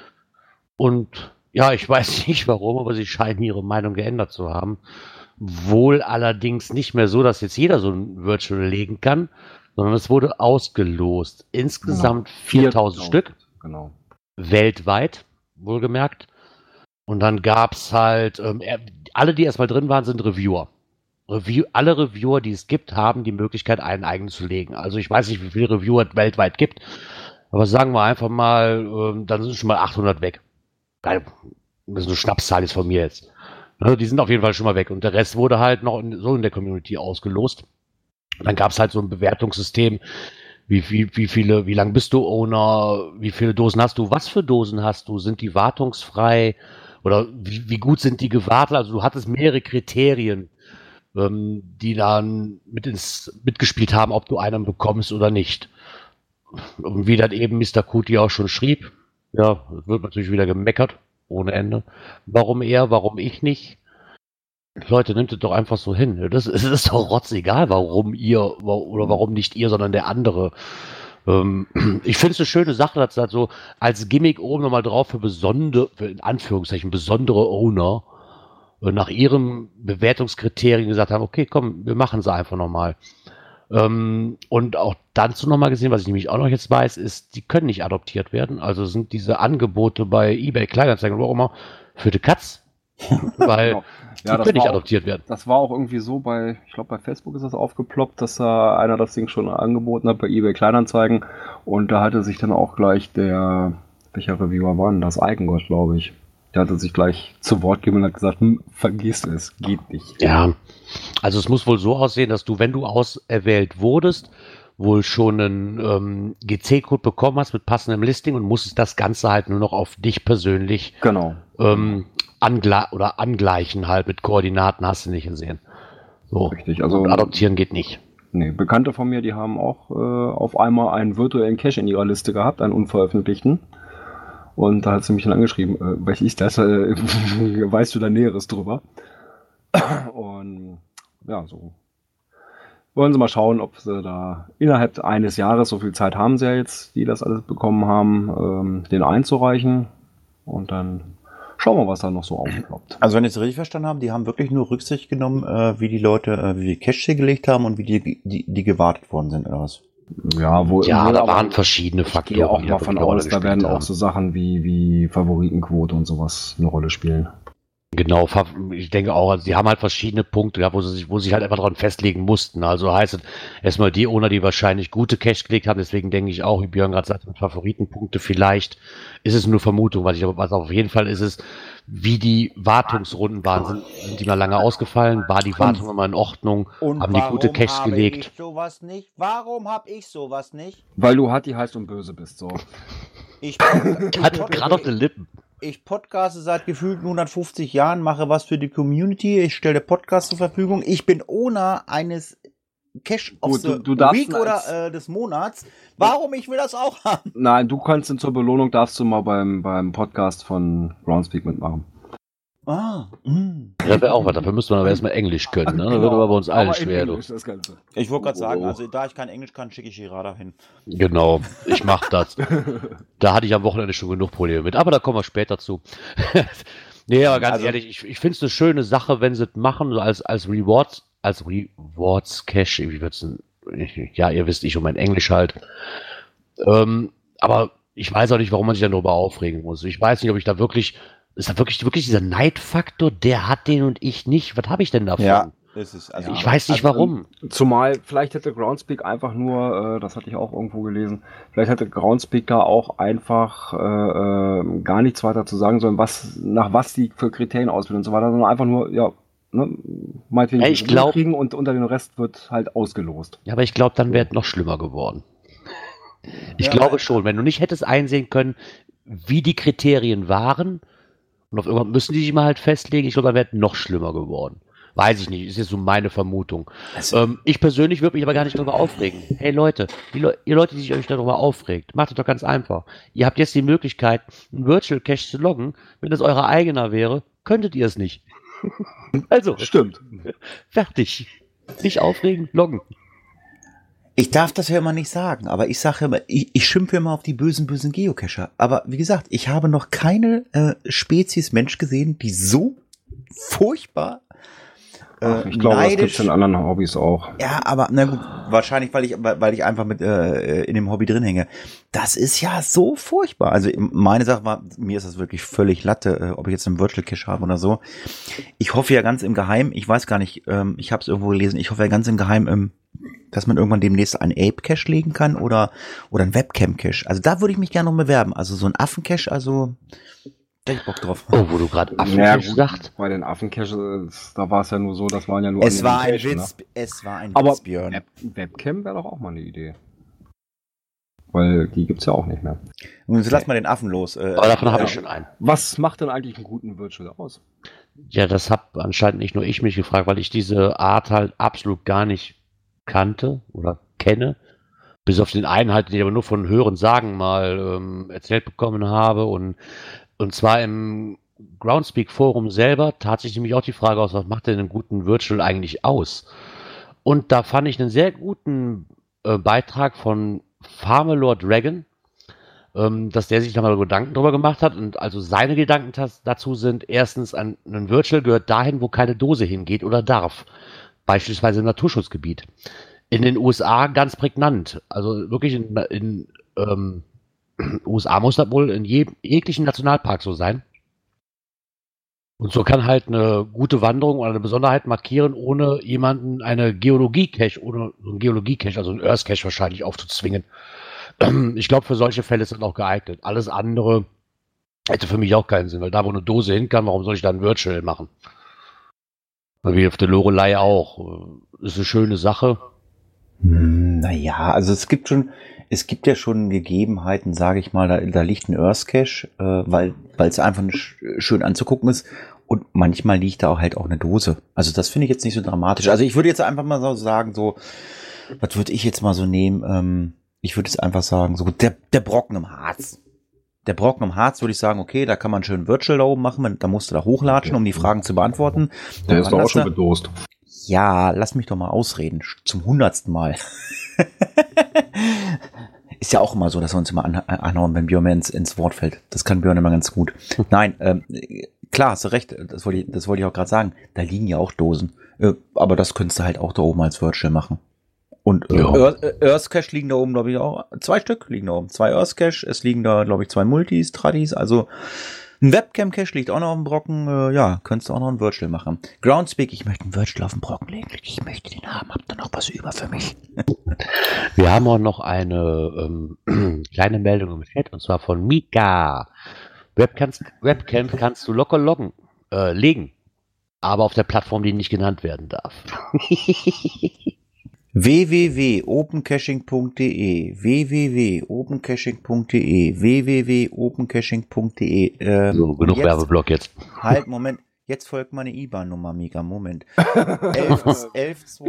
Und ja, ich weiß nicht warum, aber sie scheinen ihre Meinung geändert zu haben. Wohl allerdings nicht mehr so, dass jetzt jeder so ein Virtual legen kann, sondern es wurde ausgelost. Insgesamt 4000 Stück. Genau. Weltweit, wohlgemerkt. Und dann gab es halt, alle, die erstmal drin waren, sind Reviewer. Alle Reviewer, die es gibt, haben die Möglichkeit, einen eigenen zu legen. Also ich weiß nicht, wie viele Reviewer es weltweit gibt, aber sagen wir einfach mal, dann sind schon mal 800 weg. Das ist eine Schnapszahl jetzt von mir jetzt. Also die sind auf jeden Fall schon mal weg. Und der Rest wurde halt noch so in der Community ausgelost. Dann gab es halt so ein Bewertungssystem, wie lang bist du Owner, wie viele Dosen hast du, was für Dosen hast du, sind die wartungsfrei oder wie gut sind die gewartet, also du hattest mehrere Kriterien, die dann mitgespielt haben, ob du einen bekommst oder nicht. Und wie dann eben Mr. Kuti auch schon schrieb, ja, wird natürlich wieder gemeckert, ohne Ende. Warum er, warum ich nicht? Leute, nehmt es doch einfach so hin. Es ist doch rotzegal, warum ihr oder warum nicht ihr, sondern der andere. Ich finde es eine schöne Sache, dass das so als Gimmick oben nochmal drauf für in Anführungszeichen, besondere Owner nach ihrem Bewertungskriterien gesagt haben, okay, komm, wir machen es einfach nochmal. Und auch dazu nochmal gesehen, was ich nämlich auch noch jetzt weiß, ist, die können nicht adoptiert werden. Also sind diese Angebote bei eBay Kleinanzeigen oder auch immer für die Katz. Weil Genau. die können nicht adoptiert werden. Das war auch irgendwie so ich glaube bei Facebook ist das aufgeploppt, dass da einer das Ding schon angeboten hat bei eBay Kleinanzeigen und da hatte sich dann auch gleich welcher Reviewer war denn das? Eigengott, glaube ich. Der hatte sich gleich zu Wort gegeben und hat gesagt, vergiss es, geht nicht. Ja, also es muss wohl so aussehen, dass du, wenn du auserwählt wurdest, wohl schon einen GC-Code bekommen hast mit passendem Listing und musstest das Ganze halt nur noch auf dich persönlich Genau. angleichen halt mit Koordinaten, hast du nicht gesehen. So. Richtig, also Und adoptieren geht nicht. Nee, Bekannte von mir, die haben auch auf einmal einen virtuellen Cache in ihrer Liste gehabt, einen unveröffentlichten. Und da hat sie mich dann angeschrieben, was ist das? Weißt du da Näheres drüber? Und ja, so wollen sie mal schauen, ob sie da innerhalb eines Jahres, so viel Zeit haben sie ja jetzt, die das alles bekommen haben, den einzureichen. Und dann schauen wir, was da noch so aufploppt. Also wenn ich es richtig verstanden habe, die haben wirklich nur Rücksicht genommen, wie die Leute, wie die Cash hier gelegt haben und wie die gewartet worden sind oder was? Ja, da waren verschiedene Faktoren. Ich gehe auch die mal von eine Rolle aus, da gespielt werden auch haben. so Sachen wie Favoritenquote und sowas eine Rolle spielen. Genau, ich denke auch, also die haben halt verschiedene Punkte gehabt, wo sie sich halt einfach daran festlegen mussten. Also heißt es erstmal die Owner, die wahrscheinlich gute Cash gelegt haben, deswegen denke ich auch, wie Björn gerade sagt, mit Favoritenpunkte vielleicht ist es nur Vermutung, was auf jeden Fall ist es, wie die Wartungsrunden waren, sind die mal lange ausgefallen, war die Wartung immer in Ordnung, haben die gute Cash gelegt. Warum habe ich sowas nicht? Weil du Hatti heißt und böse bist, so. Hat gerade auf den Lippen. Ich podcaste seit gefühlt 150 Jahren, mache was für die Community, ich stelle Podcast zur Verfügung. Ich bin Owner eines Cash of the Week oder des Monats. Warum? Ich will das auch haben. Nein, du kannst zur Belohnung, darfst du mal beim Podcast von Groundspeak mitmachen. Das wäre auch was, dafür müsste man aber erstmal Englisch können, ne? Das wird aber bei uns allen schwer. Ich wollte gerade sagen, also da ich kein Englisch kann, schicke ich Girada hin. Genau, ich mach das. Da hatte ich am Wochenende schon genug Probleme mit, aber da kommen wir später zu. Nee, aber ganz ehrlich, ich finde es eine schöne Sache, wenn sie es machen, so als Rewards Cash, wie wird's denn? Ja, ihr wisst, ich und mein Englisch halt. Aber ich weiß auch nicht, warum man sich dann darüber aufregen muss. Ich weiß nicht, ob ich da wirklich, ist da wirklich dieser Neidfaktor, der hat den und ich nicht. Was habe ich denn davon? Ja, das ist, also ich weiß nicht, warum. Zumal, vielleicht hätte Groundspeak einfach nur, das hatte ich auch irgendwo gelesen, vielleicht hätte Groundspeak da auch einfach gar nichts weiter zu sagen sollen, nach was die für Kriterien auswählen und so weiter, sondern einfach nur, ja, ne, meinetwegen ich glaube, kriegen und unter den Rest wird halt ausgelost. Ja, aber ich glaube, dann wäre es noch schlimmer geworden. Ich glaube schon, wenn du nicht hättest einsehen können, wie die Kriterien waren, und auf irgendwann müssen die sich mal halt festlegen, ich glaube, dann wäre es noch schlimmer geworden. Weiß ich nicht, ist jetzt so meine Vermutung. Ich persönlich würde mich aber gar nicht darüber aufregen. Hey Leute, ihr Leute, die sich euch darüber aufregt, macht es doch ganz einfach. Ihr habt jetzt die Möglichkeit, einen Virtual Cache zu loggen. Wenn das euer eigener wäre, könntet ihr es nicht. Also, stimmt. Fertig. Nicht aufregen, loggen. Ich darf das ja immer nicht sagen, aber ich sage immer, ich schimpfe immer auf die bösen Geocacher. Aber wie gesagt, ich habe noch keine Spezies Mensch gesehen, die so furchtbar ich glaube, das gibt es in anderen Hobbys auch. Ja, aber na gut, wahrscheinlich, weil ich einfach mit in dem Hobby drin hänge. Das ist ja so furchtbar. Also meine Sache war, mir ist das wirklich völlig Latte, ob ich jetzt einen Virtual Cache habe oder so. Ich hoffe ja ganz im Geheimen, ich weiß gar nicht, ich habe es irgendwo gelesen, ich hoffe ja ganz im Geheimen, dass man irgendwann demnächst einen Ape-Cache legen kann oder einen Webcam-Cache. Also da würde ich mich gerne noch bewerben. Also so ein Affen-Cache, also da hab ich Bock drauf. Oh, wo du gerade Affen-Cache sagst. Bei den Affen-Caches, da war es ja nur so, das waren ja nur Es war ein Witz, ne? Es war ein Witz, Björn. Webcam wäre doch auch mal eine Idee. Weil die gibt's ja auch nicht mehr. Und jetzt lass mal den Affen los. Aber davon habe ich schon einen. Was macht denn eigentlich einen guten Virtual aus? Ja, das hab anscheinend nicht nur ich mich gefragt, weil ich diese Art halt absolut gar nicht kannte oder kenne. Bis auf den einen halt, den ich aber nur von Hören sagen mal erzählt bekommen habe. Und zwar im Groundspeak Forum selber tat sich nämlich auch die Frage aus, was macht denn einen guten Virtual eigentlich aus? Und da fand ich einen sehr guten Beitrag von Farmelord Dragon, dass der sich da mal Gedanken drüber gemacht hat. Und also seine Gedanken dazu sind, erstens, ein Virtual gehört dahin, wo keine Dose hingeht oder darf. Beispielsweise im Naturschutzgebiet. In den USA ganz prägnant. Also wirklich in USA muss das wohl in jeglichen Nationalpark so sein. Und so kann halt eine gute Wanderung oder eine Besonderheit markieren, ohne jemanden eine Geologie-Cache oder so ein Geologie-Cache, also ein Earth-Cache wahrscheinlich aufzuzwingen. Ich glaube, für solche Fälle ist das auch geeignet. Alles andere hätte für mich auch keinen Sinn, weil da, wo eine Dose hin kann, warum soll ich da ein Virtual machen? Wie auf der Lorelei auch. Ist eine schöne Sache. Naja, also es gibt ja schon Gegebenheiten, sage ich mal, da liegt ein Earth Cache, weil es einfach schön anzugucken ist und manchmal liegt da auch halt auch eine Dose. Also das finde ich jetzt nicht so dramatisch. Also ich würde jetzt einfach mal so sagen, so, was würde ich jetzt mal so nehmen? Ich würde jetzt einfach sagen, so der Brocken im Harz. Der Brocken im Harz würde ich sagen, okay, da kann man schön Virtual da oben machen, da musst du da hochlatschen, um die Fragen zu beantworten. Der ist doch auch schon bedost. Ja, lass mich doch mal ausreden. Zum 100. Mal. Ist ja auch immer so, dass wir uns immer anhauen, wenn Björn ins Wort fällt. Das kann Björn immer ganz gut. Nein, klar, hast du recht. Das wollte ich auch gerade sagen. Da liegen ja auch Dosen. Aber das könntest du halt auch da oben als Virtual machen. Und Earthcache liegen da oben, glaube ich, auch. 2 Stück liegen da oben. 2 Earthcache. Es liegen da, glaube ich, 2 Multis, Tradis. Also ein Webcam-Cache liegt auch noch auf dem Brocken. Ja, könntest du auch noch ein Virtual machen. Groundspeak, ich möchte einen Virtual auf den Brocken legen. Ich möchte den haben. Habt ihr noch was über für mich? Wir haben auch noch eine kleine Meldung im Chat, und zwar von Mika. Webcam kannst du locker legen, aber auf der Plattform, die nicht genannt werden darf. www.opencaching.de So, genug Werbeblock jetzt. Halt, Moment. Jetzt folgt meine IBAN-Nummer, Mega. Moment. 11, 2.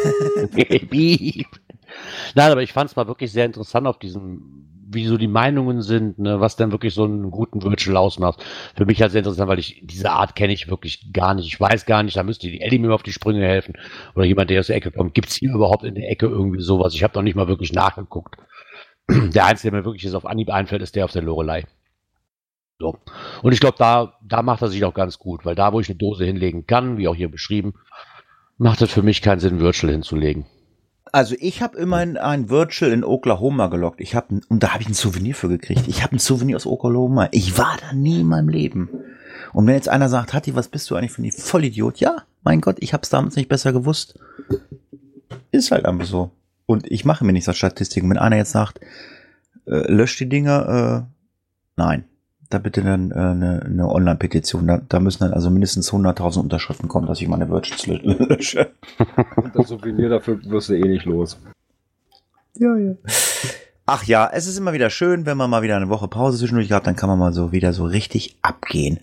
Nein, aber ich fand es mal wirklich sehr interessant auf diesem, wie so die Meinungen sind, ne, was denn wirklich so einen guten Virtual ausmacht. Für mich halt sehr interessant, weil diese Art kenne ich wirklich gar nicht. Ich weiß gar nicht, da müsste die Ellie mir auf die Sprünge helfen. Oder jemand, der aus der Ecke kommt. Gibt es hier überhaupt in der Ecke irgendwie sowas? Ich habe noch nicht mal wirklich nachgeguckt. Der Einzige, der mir wirklich jetzt auf Anhieb einfällt, ist der auf der Lorelei. So. Und ich glaube, da macht er sich auch ganz gut, weil da, wo ich eine Dose hinlegen kann, wie auch hier beschrieben, macht es für mich keinen Sinn, Virtual hinzulegen. Also ich habe immerhin ein Virtual in Oklahoma gelockt. Und da habe ich ein Souvenir für gekriegt. Ich habe ein Souvenir aus Oklahoma. Ich war da nie in meinem Leben. Und wenn jetzt einer sagt, Hatti, was bist du eigentlich für ein Vollidiot? Ja, mein Gott, ich habe es damals nicht besser gewusst. Ist halt einfach so. Und ich mache mir nicht so Statistiken. Wenn einer jetzt sagt, löscht die Dinger, nein. Da bitte dann eine Online-Petition. Da müssen dann also mindestens 100.000 Unterschriften kommen, dass ich meine Virtuals lösche. Und das Souvenir dafür wirst du eh nicht los. Ja. Ach ja, es ist immer wieder schön, wenn man mal wieder eine Woche Pause zwischendurch hat, dann kann man mal so wieder so richtig abgehen.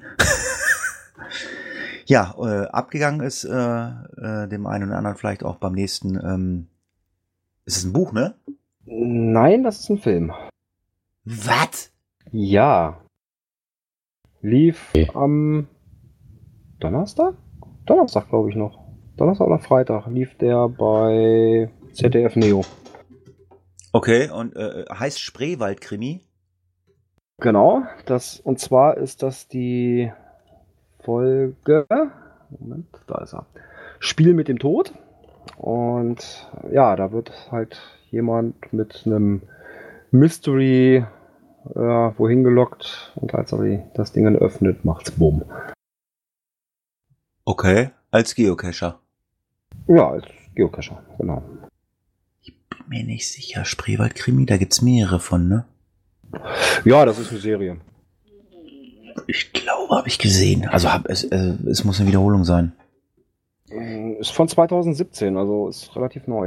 Ja, abgegangen ist dem einen oder anderen vielleicht auch beim nächsten. Ist es ein Buch, ne? Nein, das ist ein Film. Was? Ja. Lief am Donnerstag? Donnerstag, glaube ich noch. Donnerstag oder Freitag lief der bei ZDF Neo. Okay, und heißt Spreewald-Krimi? Genau, und zwar ist das die Folge, Moment, da ist er, Spiel mit dem Tod. Und ja, da wird halt jemand mit einem Mystery wohin gelockt, und als er das Ding öffnet, macht's Bumm. Okay, als Geocacher. Ja, als Geocacher, genau. Ich bin mir nicht sicher. Spreewald-Krimi, da gibt's mehrere von, ne? Ja, das ist eine Serie. Ich glaube, habe ich gesehen. Also es muss eine Wiederholung sein. Ist von 2017, also ist relativ neu.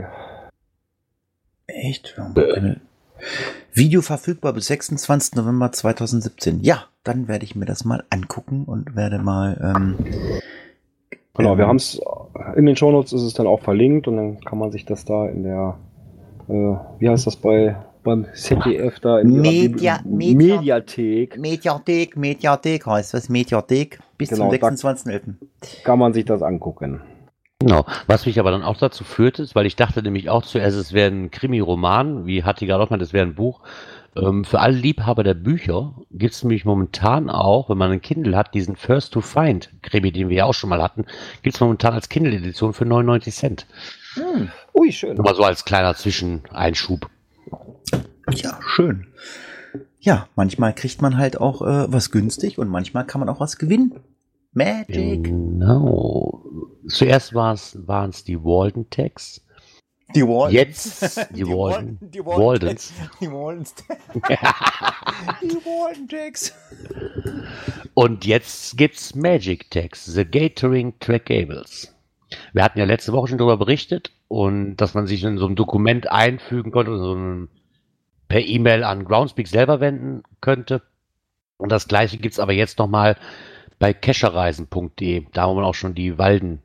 Echt? Video verfügbar bis 26. November 2017. Ja, dann werde ich mir das mal angucken und werde mal... Genau, wir haben es in den Shownotes, ist es dann auch verlinkt, und dann kann man sich das da in der, wie heißt das beim ZDF da in Mediathek. Mediathek heißt das, Mediathek, bis genau, zum 26.11. Kann man sich das angucken. Genau, was mich aber dann auch dazu führte, ist, weil ich dachte nämlich auch zuerst, es wäre ein Krimi-Roman, wie Hatti gerade auch meint, es wäre ein Buch. Für alle Liebhaber der Bücher gibt es nämlich momentan auch, wenn man ein Kindle hat, diesen First to Find Krimi, den wir ja auch schon mal hatten, gibt es momentan als Kindle-Edition für 99 Cent. Ui, schön. Nur mal so als kleiner Zwischeneinschub. Ja, schön. Ja, manchmal kriegt man halt auch was günstig und manchmal kann man auch was gewinnen. Magic. Genau. Zuerst waren es die Walden Tags. Die Waldens. Jetzt die Walden. Waldens. Die Waldens. Die Walden Tags. Und jetzt gibt's Magic Tags, The Gathering Trackables. Wir hatten ja letzte Woche schon darüber berichtet, und dass man sich in so ein Dokument einfügen konnte und so per E-Mail an Groundspeak selber wenden könnte. Und das gleiche gibt's aber jetzt nochmal bei cachereisen.de, da wo man auch schon die Walden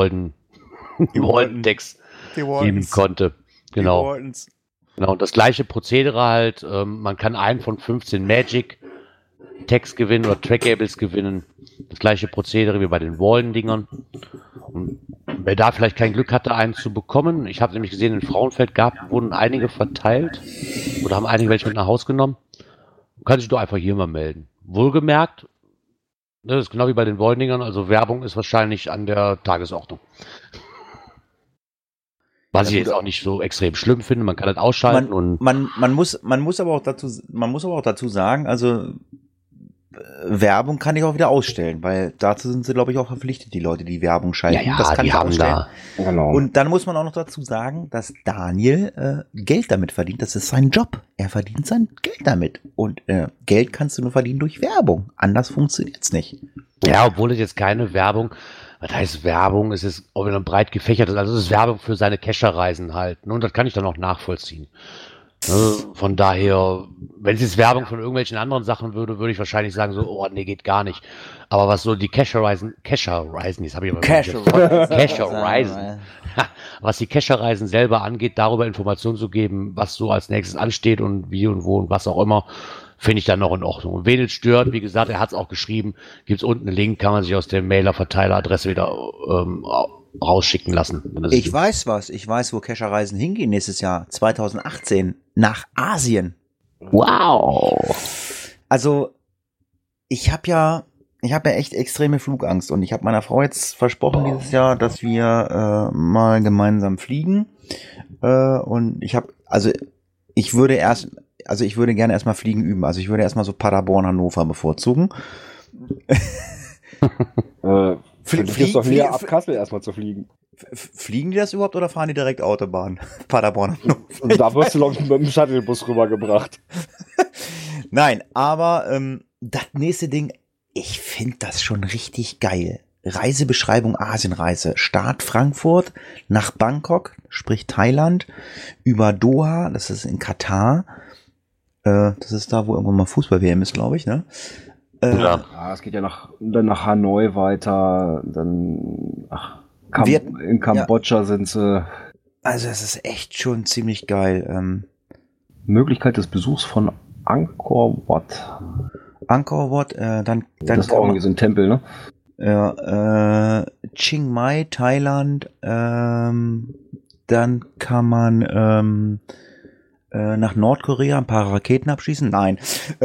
Tags geben konnte. Genau. Genau, und das gleiche Prozedere halt, man kann einen von 15 Magic Tags gewinnen oder Trackables gewinnen. Das gleiche Prozedere wie bei den Walden-Dingern. Und wer da vielleicht kein Glück hatte, einen zu bekommen. Ich habe nämlich gesehen, in Frauenfeld wurden einige verteilt oder haben einige welche mit nach Hause genommen. Kann sich doch einfach hier mal melden. Wohlgemerkt, das ist genau wie bei den Wollningern, also Werbung ist wahrscheinlich an der Tagesordnung. Was ich jetzt auch nicht so extrem schlimm finde, man kann das ausschalten man muss aber auch dazu sagen, also Werbung kann ich auch wieder ausstellen, weil dazu sind sie, glaube ich, auch verpflichtet, die Leute, die Werbung schalten. Ja, das kann die ich haben ausstellen. da. Genau. Und dann muss man auch noch dazu sagen, dass Daniel Geld damit verdient. Das ist sein Job. Er verdient sein Geld damit. Und Geld kannst du nur verdienen durch Werbung. Anders funktioniert's nicht. Ja, obwohl es jetzt keine Werbung, was heißt Werbung, es ist auch wieder breit gefächert, also es ist Werbung für seine Kescherreisen halt. Und das kann ich dann auch nachvollziehen. Von daher, wenn es jetzt Werbung von irgendwelchen anderen Sachen würde ich wahrscheinlich sagen so, oh nee, geht gar nicht. Aber was so die Kescherreisen, jetzt habe ich aber Kescherreisen. Was die Kescherreisen selber angeht, darüber Informationen zu geben, was so als nächstes ansteht und wie und wo und was auch immer, finde ich dann noch in Ordnung. Und wen es stört, wie gesagt, er hat es auch geschrieben, gibt es unten einen Link, kann man sich aus der Mailer-Verteileradresse wieder rausschicken lassen. Ich weiß, wo Kescherreisen hingehen nächstes Jahr, 2018, nach Asien. Wow! Also, ich habe ja echt extreme Flugangst und ich habe meiner Frau jetzt versprochen dieses Jahr, dass wir mal gemeinsam fliegen. Und ich würde gerne erstmal Fliegen üben. Also ich würde erstmal so Paderborn, Hannover bevorzugen. Fliegst doch näher ab Kassel erstmal zu fliegen. Fliegen die das überhaupt oder fahren die direkt Autobahn? Paderborn. Und da wirst du, glaube ich, mit dem Shuttlebus rübergebracht. Nein, aber das nächste Ding, ich finde das schon richtig geil. Reisebeschreibung Asienreise. Start Frankfurt nach Bangkok, sprich Thailand, über Doha, das ist in Katar. Das ist da, wo irgendwann mal Fußball-WM ist, glaube ich, ne? Ja, es geht ja dann nach Hanoi weiter, dann in Kambodscha sind sie. Also es ist echt schon ziemlich geil. Möglichkeit des Besuchs von Angkor Wat. Angkor Wat, dann das ist auch irgendwie so ein Tempel, ne? Ja, Chiang Mai, Thailand, dann kann man nach Nordkorea ein paar Raketen abschießen. Nein.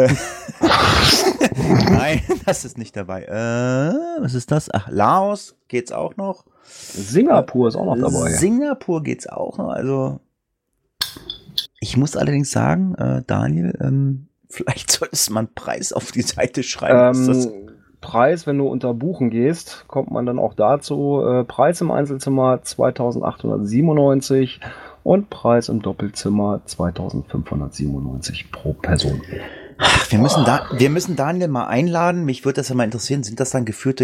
Nein, das ist nicht dabei. Was ist das? Ach, Laos geht's auch noch. Singapur ist auch noch dabei. Singapur geht's auch noch. Also ich muss allerdings sagen, Daniel, vielleicht solltest du mal einen Preis auf die Seite schreiben. Preis, wenn du unter Buchen gehst, kommt man dann auch dazu. Preis im Einzelzimmer 2.897 und Preis im Doppelzimmer 2.597 pro Person. Wir müssen Daniel mal einladen. Mich würde das ja mal interessieren. Sind das dann geführte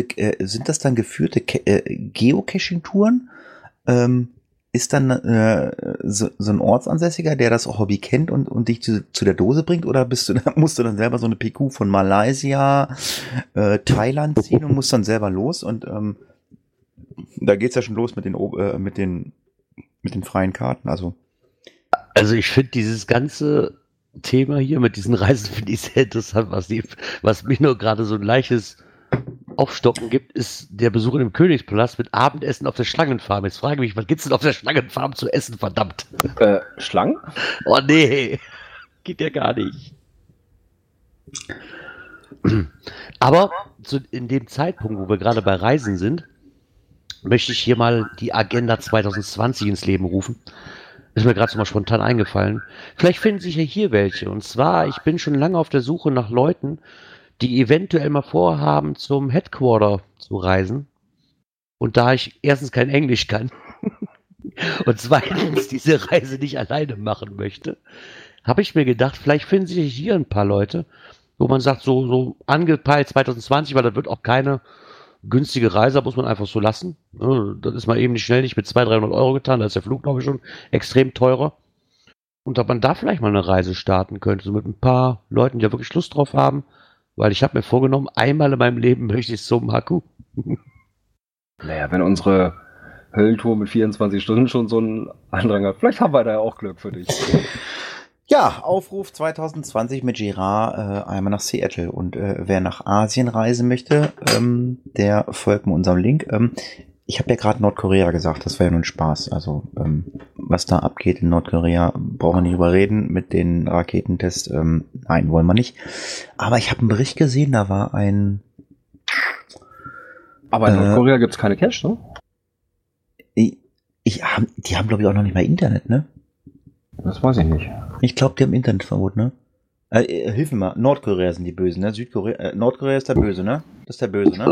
Geocaching-Touren? Ist dann so ein Ortsansässiger, der das Hobby kennt und dich zu der Dose bringt? Oder musst du dann selber so eine PQ von Malaysia, Thailand ziehen und musst dann selber los? Und da geht's ja schon los mit den freien Karten. Also ich finde dieses ganze Thema hier mit diesen Reisen finde ich sehr interessant. Was mich nur gerade so ein leichtes Aufstocken gibt, ist der Besuch in dem Königspalast mit Abendessen auf der Schlangenfarm. Jetzt frage ich mich, was gibt's denn auf der Schlangenfarm zu essen, verdammt? Schlangen? Oh nee, geht ja gar nicht. Aber in dem Zeitpunkt, wo wir gerade bei Reisen sind, möchte ich hier mal die Agenda 2020 ins Leben rufen. Ist mir gerade so mal spontan eingefallen. Vielleicht finden sich ja hier welche. Und zwar, ich bin schon lange auf der Suche nach Leuten, die eventuell mal vorhaben, zum Headquarter zu reisen. Und da ich erstens kein Englisch kann und zweitens diese Reise nicht alleine machen möchte, habe ich mir gedacht, vielleicht finden sich hier ein paar Leute, wo man sagt, so angepeilt 2020, weil das wird auch keine günstige Reise, muss man einfach so lassen. Das ist mal eben nicht mit 200-300 Euro getan, da ist der Flug, glaube ich, schon extrem teurer. Und ob man da vielleicht mal eine Reise starten könnte, so mit ein paar Leuten, die ja wirklich Lust drauf haben, weil ich habe mir vorgenommen, einmal in meinem Leben möchte ich zum Haku. Naja, wenn unsere Höllentour mit 24 Stunden schon so einen Andrang hat, vielleicht haben wir da ja auch Glück für dich. Ja, Aufruf 2020 mit Girard einmal nach Seattle. Und wer nach Asien reisen möchte, der folgt mir unserem Link. Ich habe ja gerade Nordkorea gesagt, das war ja nun Spaß. Also, was da abgeht in Nordkorea, brauchen wir nicht drüber reden. Mit den Raketentests, nein, wollen wir nicht. Aber ich habe einen Bericht gesehen, da war ein... Aber in Nordkorea gibt es keine Cache, ne? Die haben, glaube ich, auch noch nicht mal Internet, ne? Das weiß ich nicht. Ich glaube, die haben Internetverbot, ne? Hilf mir mal, Nordkorea sind die Bösen, ne? Nordkorea ist der Böse, ne? Das ist der Böse, ne?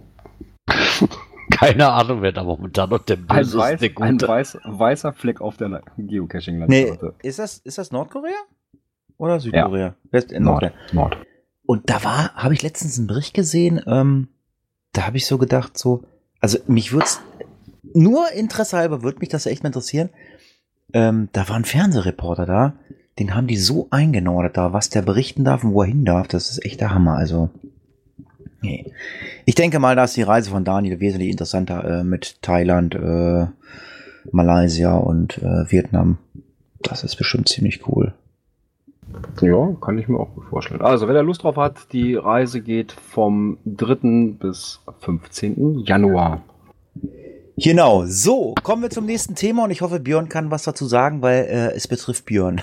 Keine Ahnung, wer da momentan noch der Böse ist. Ein weißer Fleck auf der Geocaching-Landkarte. Nee, ist das Nordkorea? Oder Südkorea? Ja. Nord. Und da habe ich letztens einen Bericht gesehen, da habe ich so gedacht, also mich würd's, nur Interesse halber würde mich das echt mal interessieren. Da war ein Fernsehreporter da, den haben die so eingenordet da, was der berichten darf und wo er hin darf, das ist echt der Hammer, also. Nee. Ich denke mal, da ist die Reise von Daniel wesentlich interessanter mit Thailand, Malaysia und Vietnam. Das ist bestimmt ziemlich cool. Ja, kann ich mir auch gut vorstellen. Also, wer da Lust drauf hat, die Reise geht vom 3. bis 15. Januar. Genau, so, kommen wir zum nächsten Thema und ich hoffe, Björn kann was dazu sagen, weil es betrifft Björn.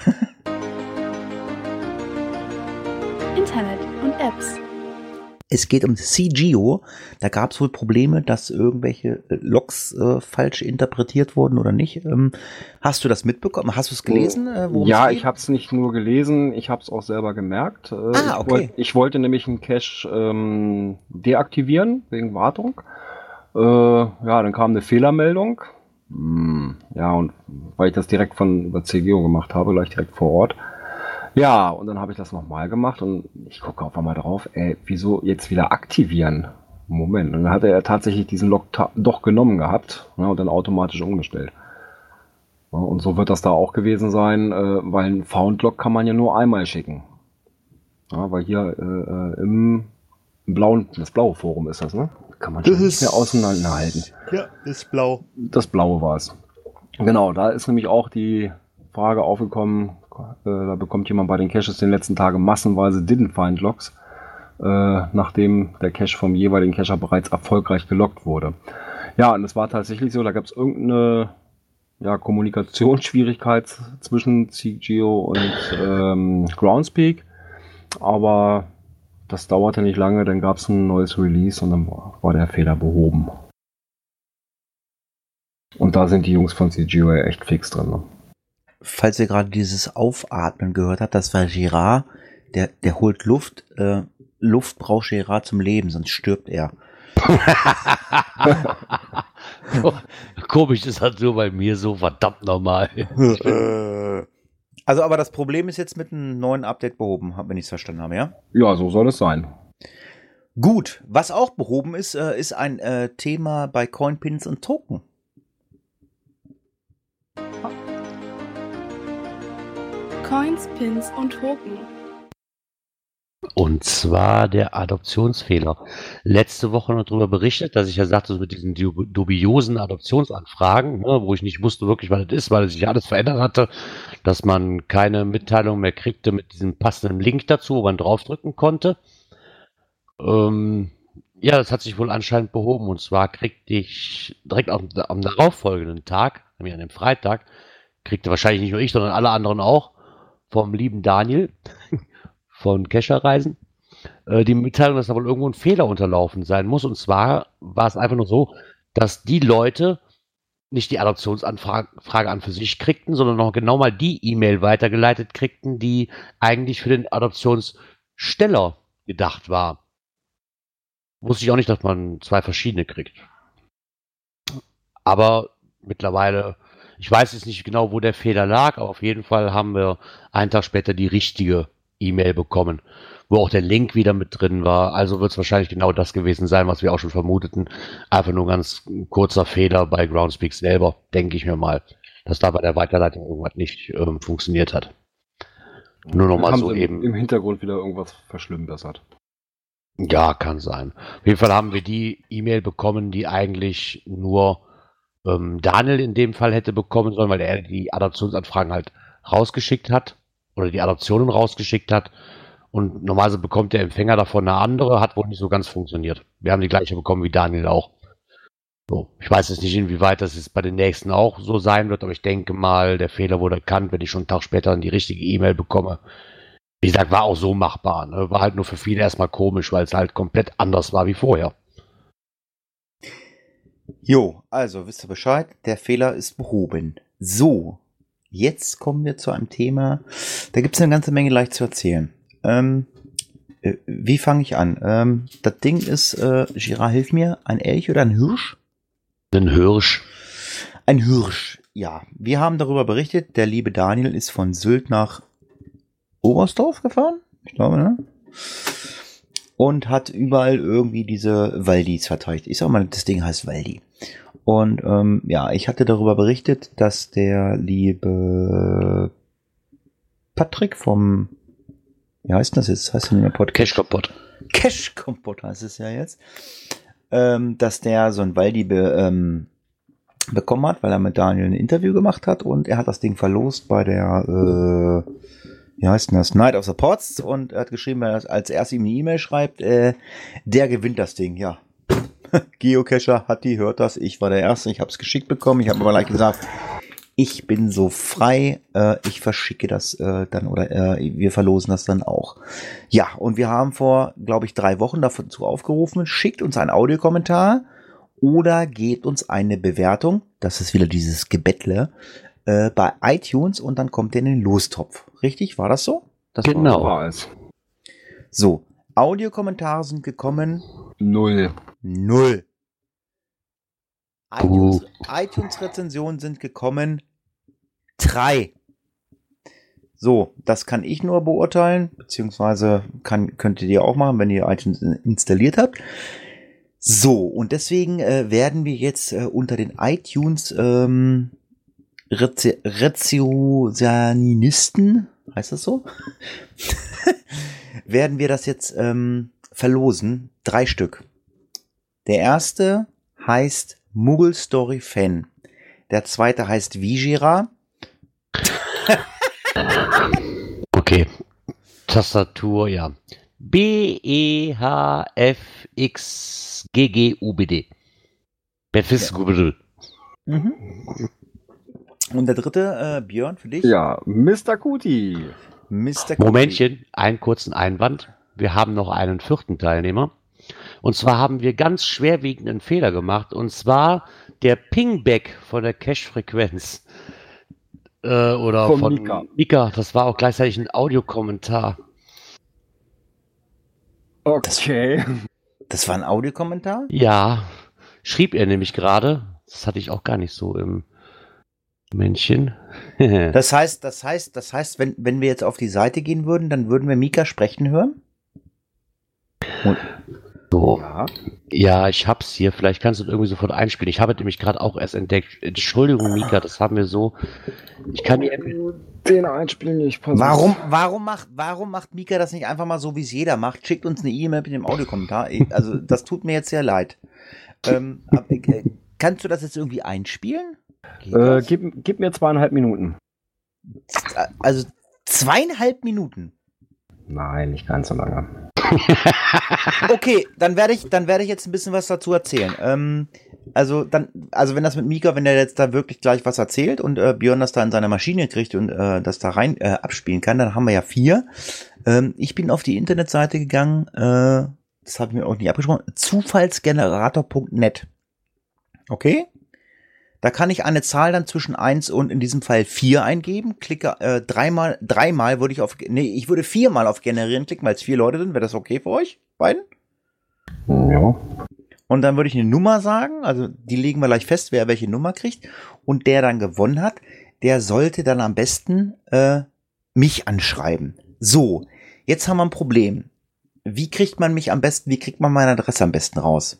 Internet und Apps. Es geht um CGO. Da gab es wohl Probleme, dass irgendwelche Logs falsch interpretiert wurden oder nicht. Hast du das mitbekommen? Hast du es gelesen? Ja, ich habe es nicht nur gelesen, ich habe es auch selber gemerkt. Okay. Ich wollte nämlich einen Cache deaktivieren, wegen Wartung. Ja, dann kam eine Fehlermeldung. Ja, und weil ich das direkt über CGO gemacht habe, gleich direkt vor Ort. Ja, und dann habe ich das nochmal gemacht und ich gucke auf einmal drauf, wieso jetzt wieder aktivieren? Moment, und dann hat er tatsächlich diesen Log doch genommen gehabt, ja, und dann automatisch umgestellt. Ja, und so wird das da auch gewesen sein, weil ein Found-Log kann man ja nur einmal schicken. Ja, weil hier im blauen, das blaue Forum ist das, ne? Kann man schon nicht mehr auseinanderhalten. Ja, das ist blau. Das blaue war es. Genau, da ist nämlich auch die Frage aufgekommen, da bekommt jemand bei den Caches den letzten Tagen massenweise Didn't Find Logs, nachdem der Cache vom jeweiligen Cacher bereits erfolgreich geloggt wurde. Ja, und es war tatsächlich so, da gab es irgendeine Kommunikationsschwierigkeit zwischen CGO und Groundspeak, aber das dauerte nicht lange, dann gab es ein neues Release und dann war der Fehler behoben. Und da sind die Jungs von CGO echt fix drin. Ne? Falls ihr gerade dieses Aufatmen gehört habt, das war Girard, der holt Luft. Luft braucht Girard zum Leben, sonst stirbt er. Komisch ist das nur bei mir so verdammt normal. Also, aber das Problem ist jetzt mit einem neuen Update behoben, wenn ich es verstanden habe, ja? Ja, so soll es sein. Gut, was auch behoben ist, ist ein Thema bei Coinpins und Token. Coins, Pins und Token. Und zwar der Adoptionsfehler. Letzte Woche noch darüber berichtet, dass ich ja sagte, so mit diesen dubiosen Adoptionsanfragen, ne, wo ich nicht wusste wirklich, was das ist, weil sich alles verändert hatte, dass man keine Mitteilung mehr kriegte mit diesem passenden Link dazu, wo man draufdrücken konnte. Ja, das hat sich wohl anscheinend behoben. Und zwar kriegte ich direkt am darauffolgenden Tag, nämlich an dem Freitag, kriegte wahrscheinlich nicht nur ich, sondern alle anderen auch, vom lieben Daniel von Cacher-Reisen, die Mitteilung, dass da wohl irgendwo ein Fehler unterlaufen sein muss. Und zwar war es einfach nur so, dass die Leute nicht die Adoptionsanfrage an für sich kriegten, sondern noch genau mal die E-Mail weitergeleitet kriegten, die eigentlich für den Adoptionssteller gedacht war. Wusste ich auch nicht, dass man zwei verschiedene kriegt. Aber mittlerweile, ich weiß jetzt nicht genau, wo der Fehler lag, aber auf jeden Fall haben wir einen Tag später die richtige E-Mail bekommen, wo auch der Link wieder mit drin war. Also wird es wahrscheinlich genau das gewesen sein, was wir auch schon vermuteten. Einfach nur ein ganz kurzer Fehler bei Groundspeak selber, denke ich mir mal, dass da bei der Weiterleitung irgendwas nicht funktioniert hat. Nur nochmal so eben. Im Hintergrund wieder irgendwas verschlimmbessert. Ja, kann sein. Auf jeden Fall haben wir die E-Mail bekommen, die eigentlich nur Daniel in dem Fall hätte bekommen sollen, weil er die Adoptionsanfragen halt rausgeschickt hat oder die Adoptionen rausgeschickt hat. Und normalerweise bekommt der Empfänger davon eine andere, hat wohl nicht so ganz funktioniert. Wir haben die gleiche bekommen wie Daniel auch. So, ich weiß jetzt nicht, inwieweit das jetzt bei den nächsten auch so sein wird, aber ich denke mal, der Fehler wurde erkannt, wenn ich schon einen Tag später dann die richtige E-Mail bekomme. Wie gesagt, war auch so machbar. Ne? War halt nur für viele erstmal komisch, weil es halt komplett anders war wie vorher. Jo, also wisst ihr Bescheid, der Fehler ist behoben. So, jetzt kommen wir zu einem Thema, da gibt es eine ganze Menge leicht zu erzählen. Wie fange ich an? Das Ding ist, Girard, hilf mir, ein Elch oder ein Hirsch? Ein Hirsch. Ein Hirsch, ja. Wir haben darüber berichtet, der liebe Daniel ist von Sylt nach Oberstdorf gefahren, ich glaube, ne? Und hat überall irgendwie diese Waldis verteilt. Ich sag mal, das Ding heißt Waldi. Und ja, ich hatte darüber berichtet, dass der liebe Patrick vom, wie heißt das jetzt? Heißt das nicht mehr Podcast? Cash-Kompott. Cash-Kompott heißt es ja jetzt. Dass der so ein Waldi bekommen hat, weil er mit Daniel ein Interview gemacht hat und er hat das Ding verlost bei der wie heißt denn das? Night of the Pots, und er hat geschrieben, als er ihm eine E-Mail schreibt, der gewinnt das Ding, ja. Geocacher hat die, hört das, ich war der Erste, ich habe es geschickt bekommen, ich habe aber gleich gesagt, ich bin so frei, ich verschicke das dann oder wir verlosen das dann auch. Ja, und wir haben vor, glaube ich, 3 Wochen dazu aufgerufen, schickt uns einen Audiokommentar oder gebt uns eine Bewertung, das ist wieder dieses Gebettle, bei iTunes und dann kommt ihr in den Lostopf. Richtig? War das so? Das Genau. War es. So, Audiokommentare sind gekommen. 0. iTunes-Rezensionen sind gekommen. 3. So, das kann ich nur beurteilen, beziehungsweise könnt ihr auch machen, wenn ihr iTunes installiert habt. So, und deswegen werden wir jetzt unter den iTunes Rezensionisten, heißt das so? werden wir das jetzt verlosen. 3 Stück. Der erste heißt Mughal Story Fan. Der zweite heißt Vigira. Okay. Tastatur, ja. BEHFXGGUBD. Befisgubel. Mhm. Und der dritte, Björn, für dich? Ja, Mr. Kuti. Mr. Momentchen, einen kurzen Einwand. Wir haben noch einen 4. Teilnehmer. Und zwar haben wir ganz schwerwiegenden Fehler gemacht. Und zwar der Pingback von der Cache-Frequenz. Oder von Mika. Das war auch gleichzeitig ein Audiokommentar. Okay. Das war ein Audiokommentar? Ja, schrieb er nämlich gerade. Das hatte ich auch gar nicht so im Männchen. Das heißt, wenn wir jetzt auf die Seite gehen würden, dann würden wir Mika sprechen hören? So. Ja, ich hab's hier. Vielleicht kannst du irgendwie sofort einspielen. Ich habe es nämlich gerade auch erst entdeckt. Entschuldigung, Mika, das haben wir so. Ich kann den einspielen nicht. Warum macht Mika das nicht einfach mal so, wie es jeder macht? Schickt uns eine E-Mail mit dem Audiokommentar. Also, das tut mir jetzt sehr leid. Kannst du das jetzt irgendwie einspielen? Gib mir 2,5 Minuten. Also 2,5 Minuten? Nein, nicht ganz so lange. Okay, dann werde ich jetzt ein bisschen was dazu erzählen. Also wenn das mit Mika, wenn der jetzt da wirklich gleich was erzählt und Björn das da in seiner Maschine kriegt und das da rein abspielen kann, dann haben wir ja 4. Ich bin auf die Internetseite gegangen, das habe ich mir auch nicht abgesprochen, zufallsgenerator.net. Okay? Da kann ich eine Zahl dann zwischen 1 und in diesem Fall 4 eingeben, klicke dreimal würde ich ich würde 4-mal auf generieren klicken, weil es 4 Leute sind. Wäre das okay für euch beiden? Ja. Und dann würde ich eine Nummer sagen, also die legen wir gleich fest, wer welche Nummer kriegt. Und der dann gewonnen hat, der sollte dann am besten mich anschreiben. So, jetzt haben wir ein Problem. Wie kriegt man meine Adresse am besten raus?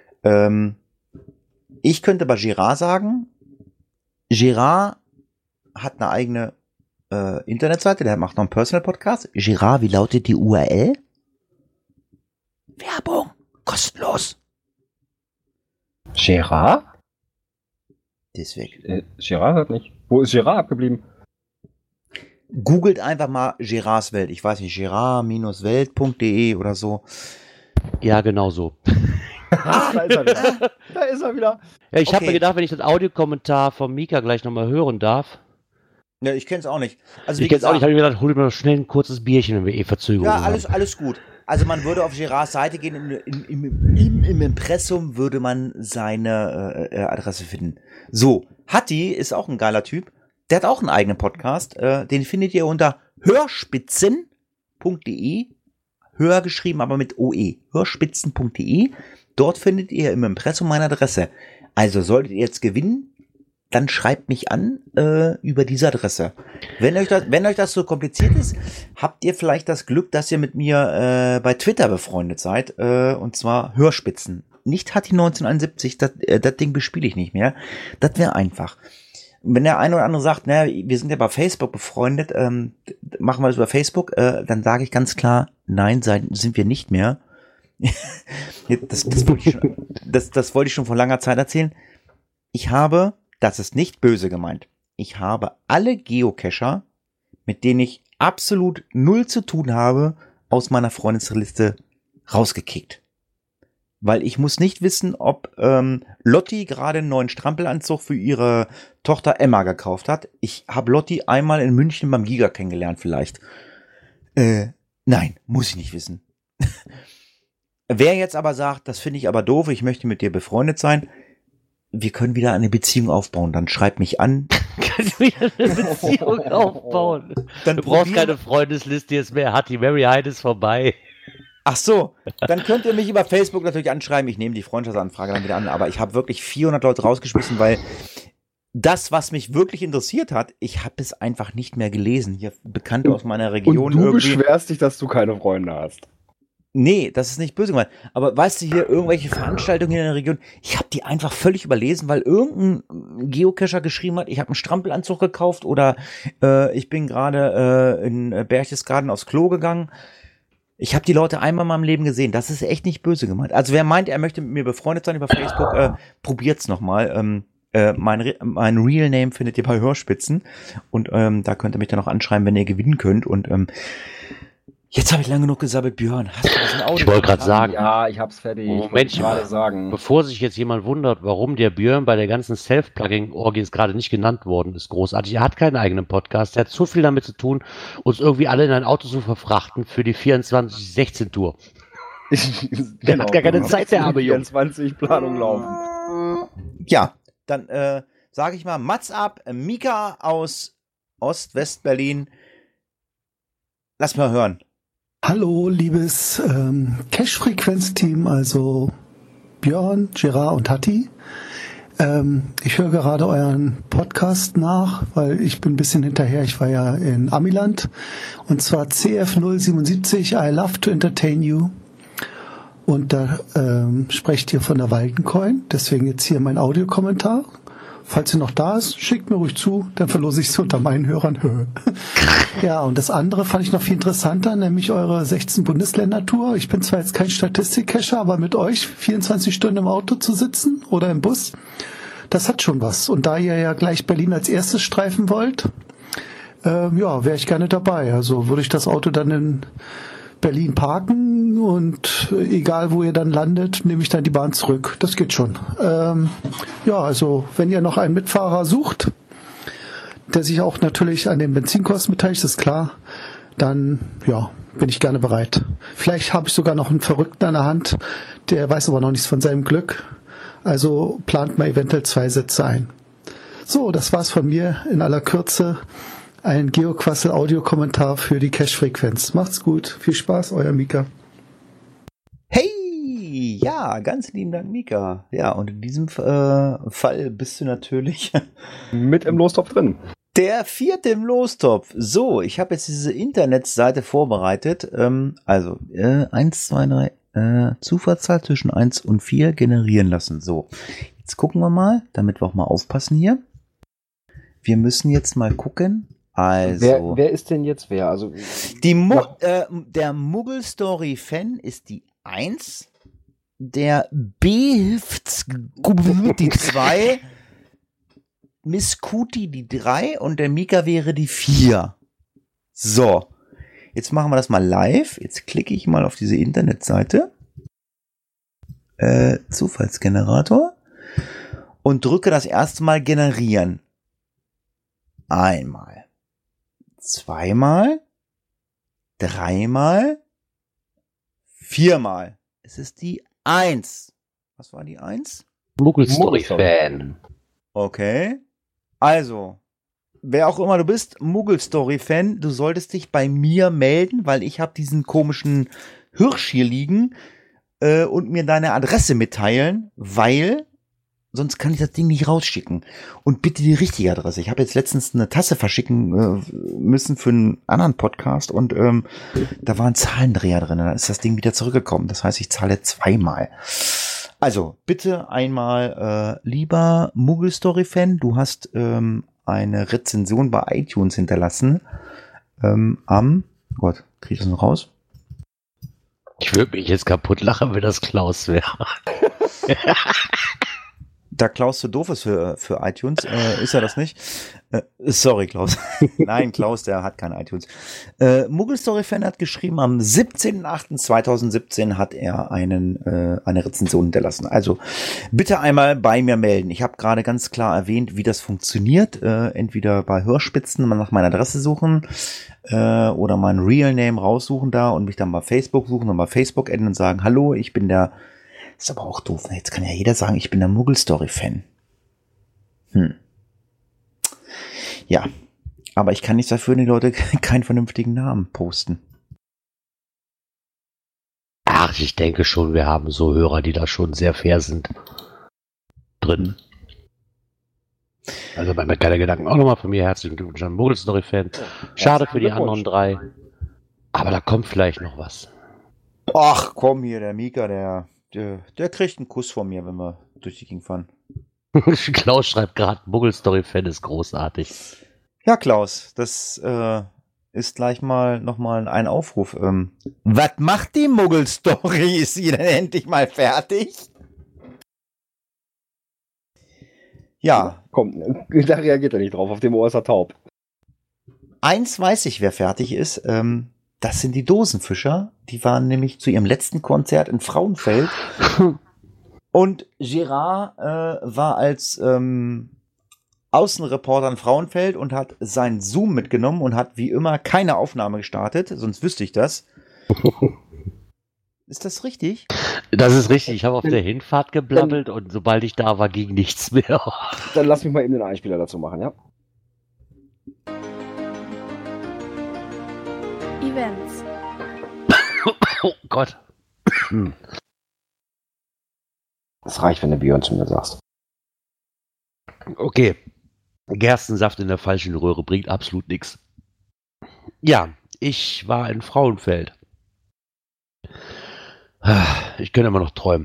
Ich könnte bei Girard sagen, Girard hat eine eigene Internetseite, der macht noch einen Personal-Podcast. Girard, wie lautet die URL? Werbung, kostenlos. Girard? Die ist weg. Girard hat nicht. Wo ist Girard abgeblieben? Googelt einfach mal Girards Welt. Ich weiß nicht, girard-welt.de oder so. Ja, genau so. Da ist er wieder. Da ist er wieder. Ja, ich habe Okay. mir gedacht, wenn ich das Audiokommentar von Mika gleich nochmal hören darf. Ja, ich kenn's auch nicht. Also Ich kenne es auch nicht, habe ich mir gedacht, hol mir mal schnell ein kurzes Bierchen, wenn wir Verzögerung Ja, haben. alles gut. Also man würde auf Gerards Seite gehen, im Impressum würde man seine Adresse finden. So, Hatti ist auch ein geiler Typ. Der hat auch einen eigenen Podcast. Den findet ihr unter hörspitzen.de. Hör geschrieben, aber mit OE. Hörspitzen.de. Dort findet ihr im Impressum meine Adresse. Also solltet ihr jetzt gewinnen, dann schreibt mich an über diese Adresse. Wenn euch das so kompliziert ist, habt ihr vielleicht das Glück, dass ihr mit mir bei Twitter befreundet seid. Und zwar Hörspitzen. Nicht Hatti 1971, das Ding bespiele ich nicht mehr. Das wäre einfach. Wenn der eine oder andere sagt, naja, wir sind ja bei Facebook befreundet, machen wir das über Facebook, dann sage ich ganz klar, nein, sind wir nicht mehr. das wollte ich schon vor langer Zeit erzählen. Das ist nicht böse gemeint. Ich habe alle Geocacher, mit denen ich absolut null zu tun habe, aus meiner Freundesliste rausgekickt. Weil ich muss nicht wissen, ob Lotti gerade einen neuen Strampelanzug für ihre Tochter Emma gekauft hat. Ich habe Lotti einmal in München beim Giga kennengelernt vielleicht. Nein, muss ich nicht wissen. Wer jetzt aber sagt, das finde ich aber doof, ich möchte mit dir befreundet sein, wir können wieder eine Beziehung aufbauen, dann schreib mich an. Kannst du wieder eine Beziehung aufbauen? Dann Du brauchst probieren- keine Freundesliste jetzt mehr. Hatti, Mary Hyde ist vorbei. Ach so, dann könnt ihr mich über Facebook natürlich anschreiben. Ich nehme die Freundschaftsanfrage dann wieder an, aber ich habe wirklich 400 Leute rausgeschmissen, weil das, was mich wirklich interessiert hat, ich habe es einfach nicht mehr gelesen. Hier Bekannte aus meiner Region Und du irgendwie. beschwerst dich, dass du keine Freunde hast. Nee, das ist nicht böse gemeint. Aber weißt du, hier irgendwelche Veranstaltungen hier in der Region, ich habe die einfach völlig überlesen, weil irgendein Geocacher geschrieben hat, ich habe einen Strampelanzug gekauft oder ich bin gerade in Berchtesgaden aufs Klo gegangen. Ich habe die Leute einmal in meinem Leben gesehen. Das ist echt nicht böse gemeint. Also wer meint, er möchte mit mir befreundet sein über Facebook, probiert's nochmal. Mein Real Name findet ihr bei Hörspitzen. Und da könnt ihr mich dann noch anschreiben, wenn ihr gewinnen könnt. Und jetzt habe ich lange genug gesabbelt, Björn. Hast du das in Audio? Ich wollte gerade sagen, Ja, ich hab's fertig. Ich Moment, wollte gerade sagen. bevor sich jetzt jemand wundert, warum der Björn bei der ganzen Self-Plugging-Orgie gerade nicht genannt worden ist, großartig. Er hat keinen eigenen Podcast. Er hat so viel damit zu tun, uns irgendwie alle in ein Auto zu verfrachten für die 24-16-Tour. Der hat gar keine Zeit, der arme Junge. 24 Planung laufen. Ja, dann sage ich mal, Mats ab, Mika aus Ost-West-Berlin. Lass mal hören. Hallo, liebes Cache-Frequenz-Team, also Björn, Gerard und Hatti. Ich höre gerade euren Podcast nach, weil ich bin ein bisschen hinterher. Ich war ja in Amiland und zwar CF077, I love to entertain you. Und da sprecht ihr von der Waldencoin, deswegen jetzt hier mein Audiokommentar. Falls sie noch da ist, schickt mir ruhig zu, dann verlose ich es unter meinen Hörern. Ja, und das andere fand ich noch viel interessanter, nämlich eure 16 Bundesländer-Tour. Ich bin zwar jetzt kein Statistik-Cacher, aber mit euch 24 Stunden im Auto zu sitzen oder im Bus, das hat schon was. Und da ihr ja gleich Berlin als erstes streifen wollt, ja, wäre ich gerne dabei. Also würde ich das Auto dann in Berlin parken und egal wo ihr dann landet, nehme ich dann die Bahn zurück. Das geht schon. Ja, also wenn ihr noch einen Mitfahrer sucht, der sich auch natürlich an den Benzinkosten beteiligt, ist klar, dann ja, bin ich gerne bereit. Vielleicht habe ich sogar noch einen Verrückten an der Hand, der weiß aber noch nichts von seinem Glück. Also plant mal eventuell 2 Sätze ein. So, das war's von mir in aller Kürze. Ein Geoquassel-Audiokommentar für die Cache-Frequenz. Macht's gut. Viel Spaß, euer Mika. Hey, ja, ganz lieben Dank, Mika. Ja, und in diesem Fall bist du natürlich Mit im Lostopf drin. der 4. im Lostopf. So, ich habe jetzt diese Internetseite vorbereitet. Also, 1, 2, 3, Zufallszahl zwischen 1 und 4 generieren lassen. So, jetzt gucken wir mal, damit wir auch mal aufpassen hier. Wir müssen jetzt mal gucken. Also, Wer ist denn jetzt wer? Also, der Muggel-Story-Fan ist die 1, der Behifts die 2, Miss Kuti die 3 und der Mika wäre die 4. So, jetzt machen wir das mal live. Jetzt klicke ich mal auf diese Internetseite. Zufallsgenerator und drücke das erste Mal generieren. Einmal, zweimal, dreimal, viermal. Es ist die 1. Was war die 1? Muggel-Story-Fan. Okay. Also, wer auch immer du bist, Muggel-Story-Fan, du solltest dich bei mir melden, weil ich habe diesen komischen Hirsch hier liegen und mir deine Adresse mitteilen, weil sonst kann ich das Ding nicht rausschicken. Und bitte die richtige Adresse. Ich habe jetzt letztens eine Tasse verschicken müssen für einen anderen Podcast und da war ein Zahlendreher drin. Da ist das Ding wieder zurückgekommen. Das heißt, ich zahle zweimal. Also, bitte einmal, lieber Muggel-Story-Fan, du hast eine Rezension bei iTunes hinterlassen. Gott, krieg ich das noch raus? Ich würde mich jetzt kaputt lachen, wenn das Klaus wäre. Da Klaus zu doof ist für iTunes, ist er das nicht? Sorry, Klaus. Nein, Klaus, der hat kein iTunes. Muggel-Story-Fan hat geschrieben, am 17.08.2017 hat er eine Rezension hinterlassen. Also bitte einmal bei mir melden. Ich habe gerade ganz klar erwähnt, wie das funktioniert. Entweder bei Hörspitzen mal nach meiner Adresse suchen oder meinen Real Name raussuchen da und mich dann bei Facebook suchen und bei Facebook enden und sagen, hallo, ich bin der. Ist aber auch doof. Jetzt kann ja jeder sagen, ich bin der Muggel-Story-Fan. Ja, aber ich kann nichts dafür, wenn die Leute keinen vernünftigen Namen posten. Ach, ich denke schon, wir haben so Hörer, die da schon sehr fair sind drin. Also bei mir keine Gedanken. Auch nochmal von mir herzlichen Glückwunsch an Muggel-Story-Fan. Schade für die anderen 3. Aber da kommt vielleicht noch was. Ach komm hier, der Mika, der kriegt einen Kuss von mir, wenn wir durch die Gegend fahren. Klaus schreibt gerade, Muggel-Story-Fan ist großartig. Ja, Klaus, das ist gleich mal nochmal ein Aufruf. Was macht die Muggel-Story? Ist sie denn endlich mal fertig? Ja. Komm, da reagiert er nicht drauf, auf dem Ohr ist er taub. Eins weiß ich, wer fertig ist. Das sind die Dosenfischer. Die waren nämlich zu ihrem letzten Konzert in Frauenfeld. Und Gerard war als Außenreporter in Frauenfeld und hat seinen Zoom mitgenommen und hat wie immer keine Aufnahme gestartet. Sonst wüsste ich das. Ist das richtig? Das ist richtig. Ich habe auf der Hinfahrt geblabbelt und sobald ich da war, ging nichts mehr. Dann lass mich mal eben den Einspieler dazu machen, ja? Events. Oh Gott. Das reicht, wenn du Björn zu mir sagst. Okay. Gerstensaft in der falschen Röhre bringt absolut nichts. Ja, ich war in Frauenfeld. Ich könnte immer noch träumen.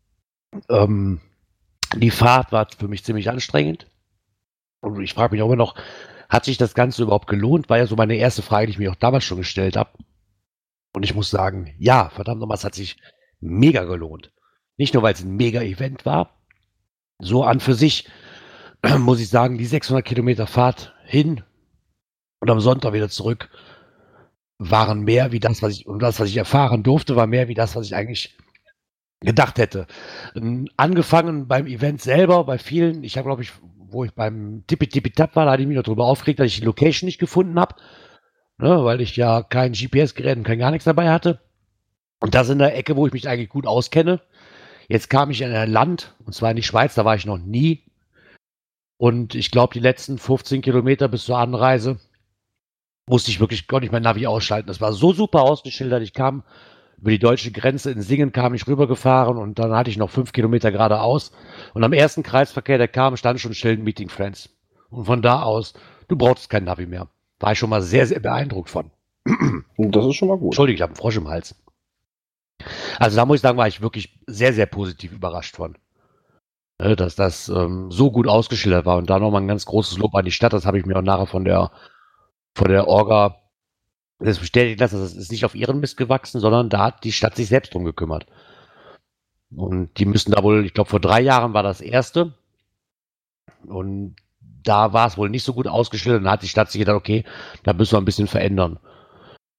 Die Fahrt war für mich ziemlich anstrengend. Und ich frage mich auch immer noch, hat sich das Ganze überhaupt gelohnt? War ja so meine erste Frage, die ich mir auch damals schon gestellt habe. Und ich muss sagen, ja, verdammt nochmal, es hat sich mega gelohnt. Nicht nur, weil es ein Mega-Event war. So an für sich, muss ich sagen, die 600 Kilometer Fahrt hin und am Sonntag wieder zurück waren mehr wie das, was ich erfahren durfte, war mehr wie das, was ich eigentlich gedacht hätte. Angefangen beim Event selber, bei vielen, ich habe, glaube ich, wo ich beim Tippi-Tippi-Tap war, da hatte ich mich noch darüber aufgeregt, dass ich die Location nicht gefunden habe, ne, weil ich ja kein GPS-Gerät und kein gar nichts dabei hatte. Und das in der Ecke, wo ich mich eigentlich gut auskenne. Jetzt kam ich in ein Land, und zwar in die Schweiz, da war ich noch nie. Und ich glaube, die letzten 15 Kilometer bis zur Anreise musste ich wirklich gar nicht mein Navi ausschalten. Das war so super ausgeschildert. Ich kam über die deutsche Grenze in Singen, kam ich rübergefahren und dann hatte ich noch 5 Kilometer geradeaus. Und am ersten Kreisverkehr, der kam, stand schon still Meeting Friends. Und von da aus, du brauchst kein Navi mehr. War ich schon mal sehr, sehr beeindruckt von. Das ist schon mal gut. Entschuldigung, ich habe einen Frosch im Hals. Also da muss ich sagen, war ich wirklich sehr, sehr positiv überrascht von. Dass das so gut ausgeschildert war. Und da nochmal ein ganz großes Lob an die Stadt. Das habe ich mir auch nachher von der Orga das bestätigt lassen. Das ist nicht auf ihren Mist gewachsen, sondern da hat die Stadt sich selbst drum gekümmert. Und die müssen da wohl, ich glaube vor 3 Jahren war das erste. Und da war es wohl nicht so gut ausgeschildert. Dann hat die Stadt sich gedacht, okay, da müssen wir ein bisschen verändern.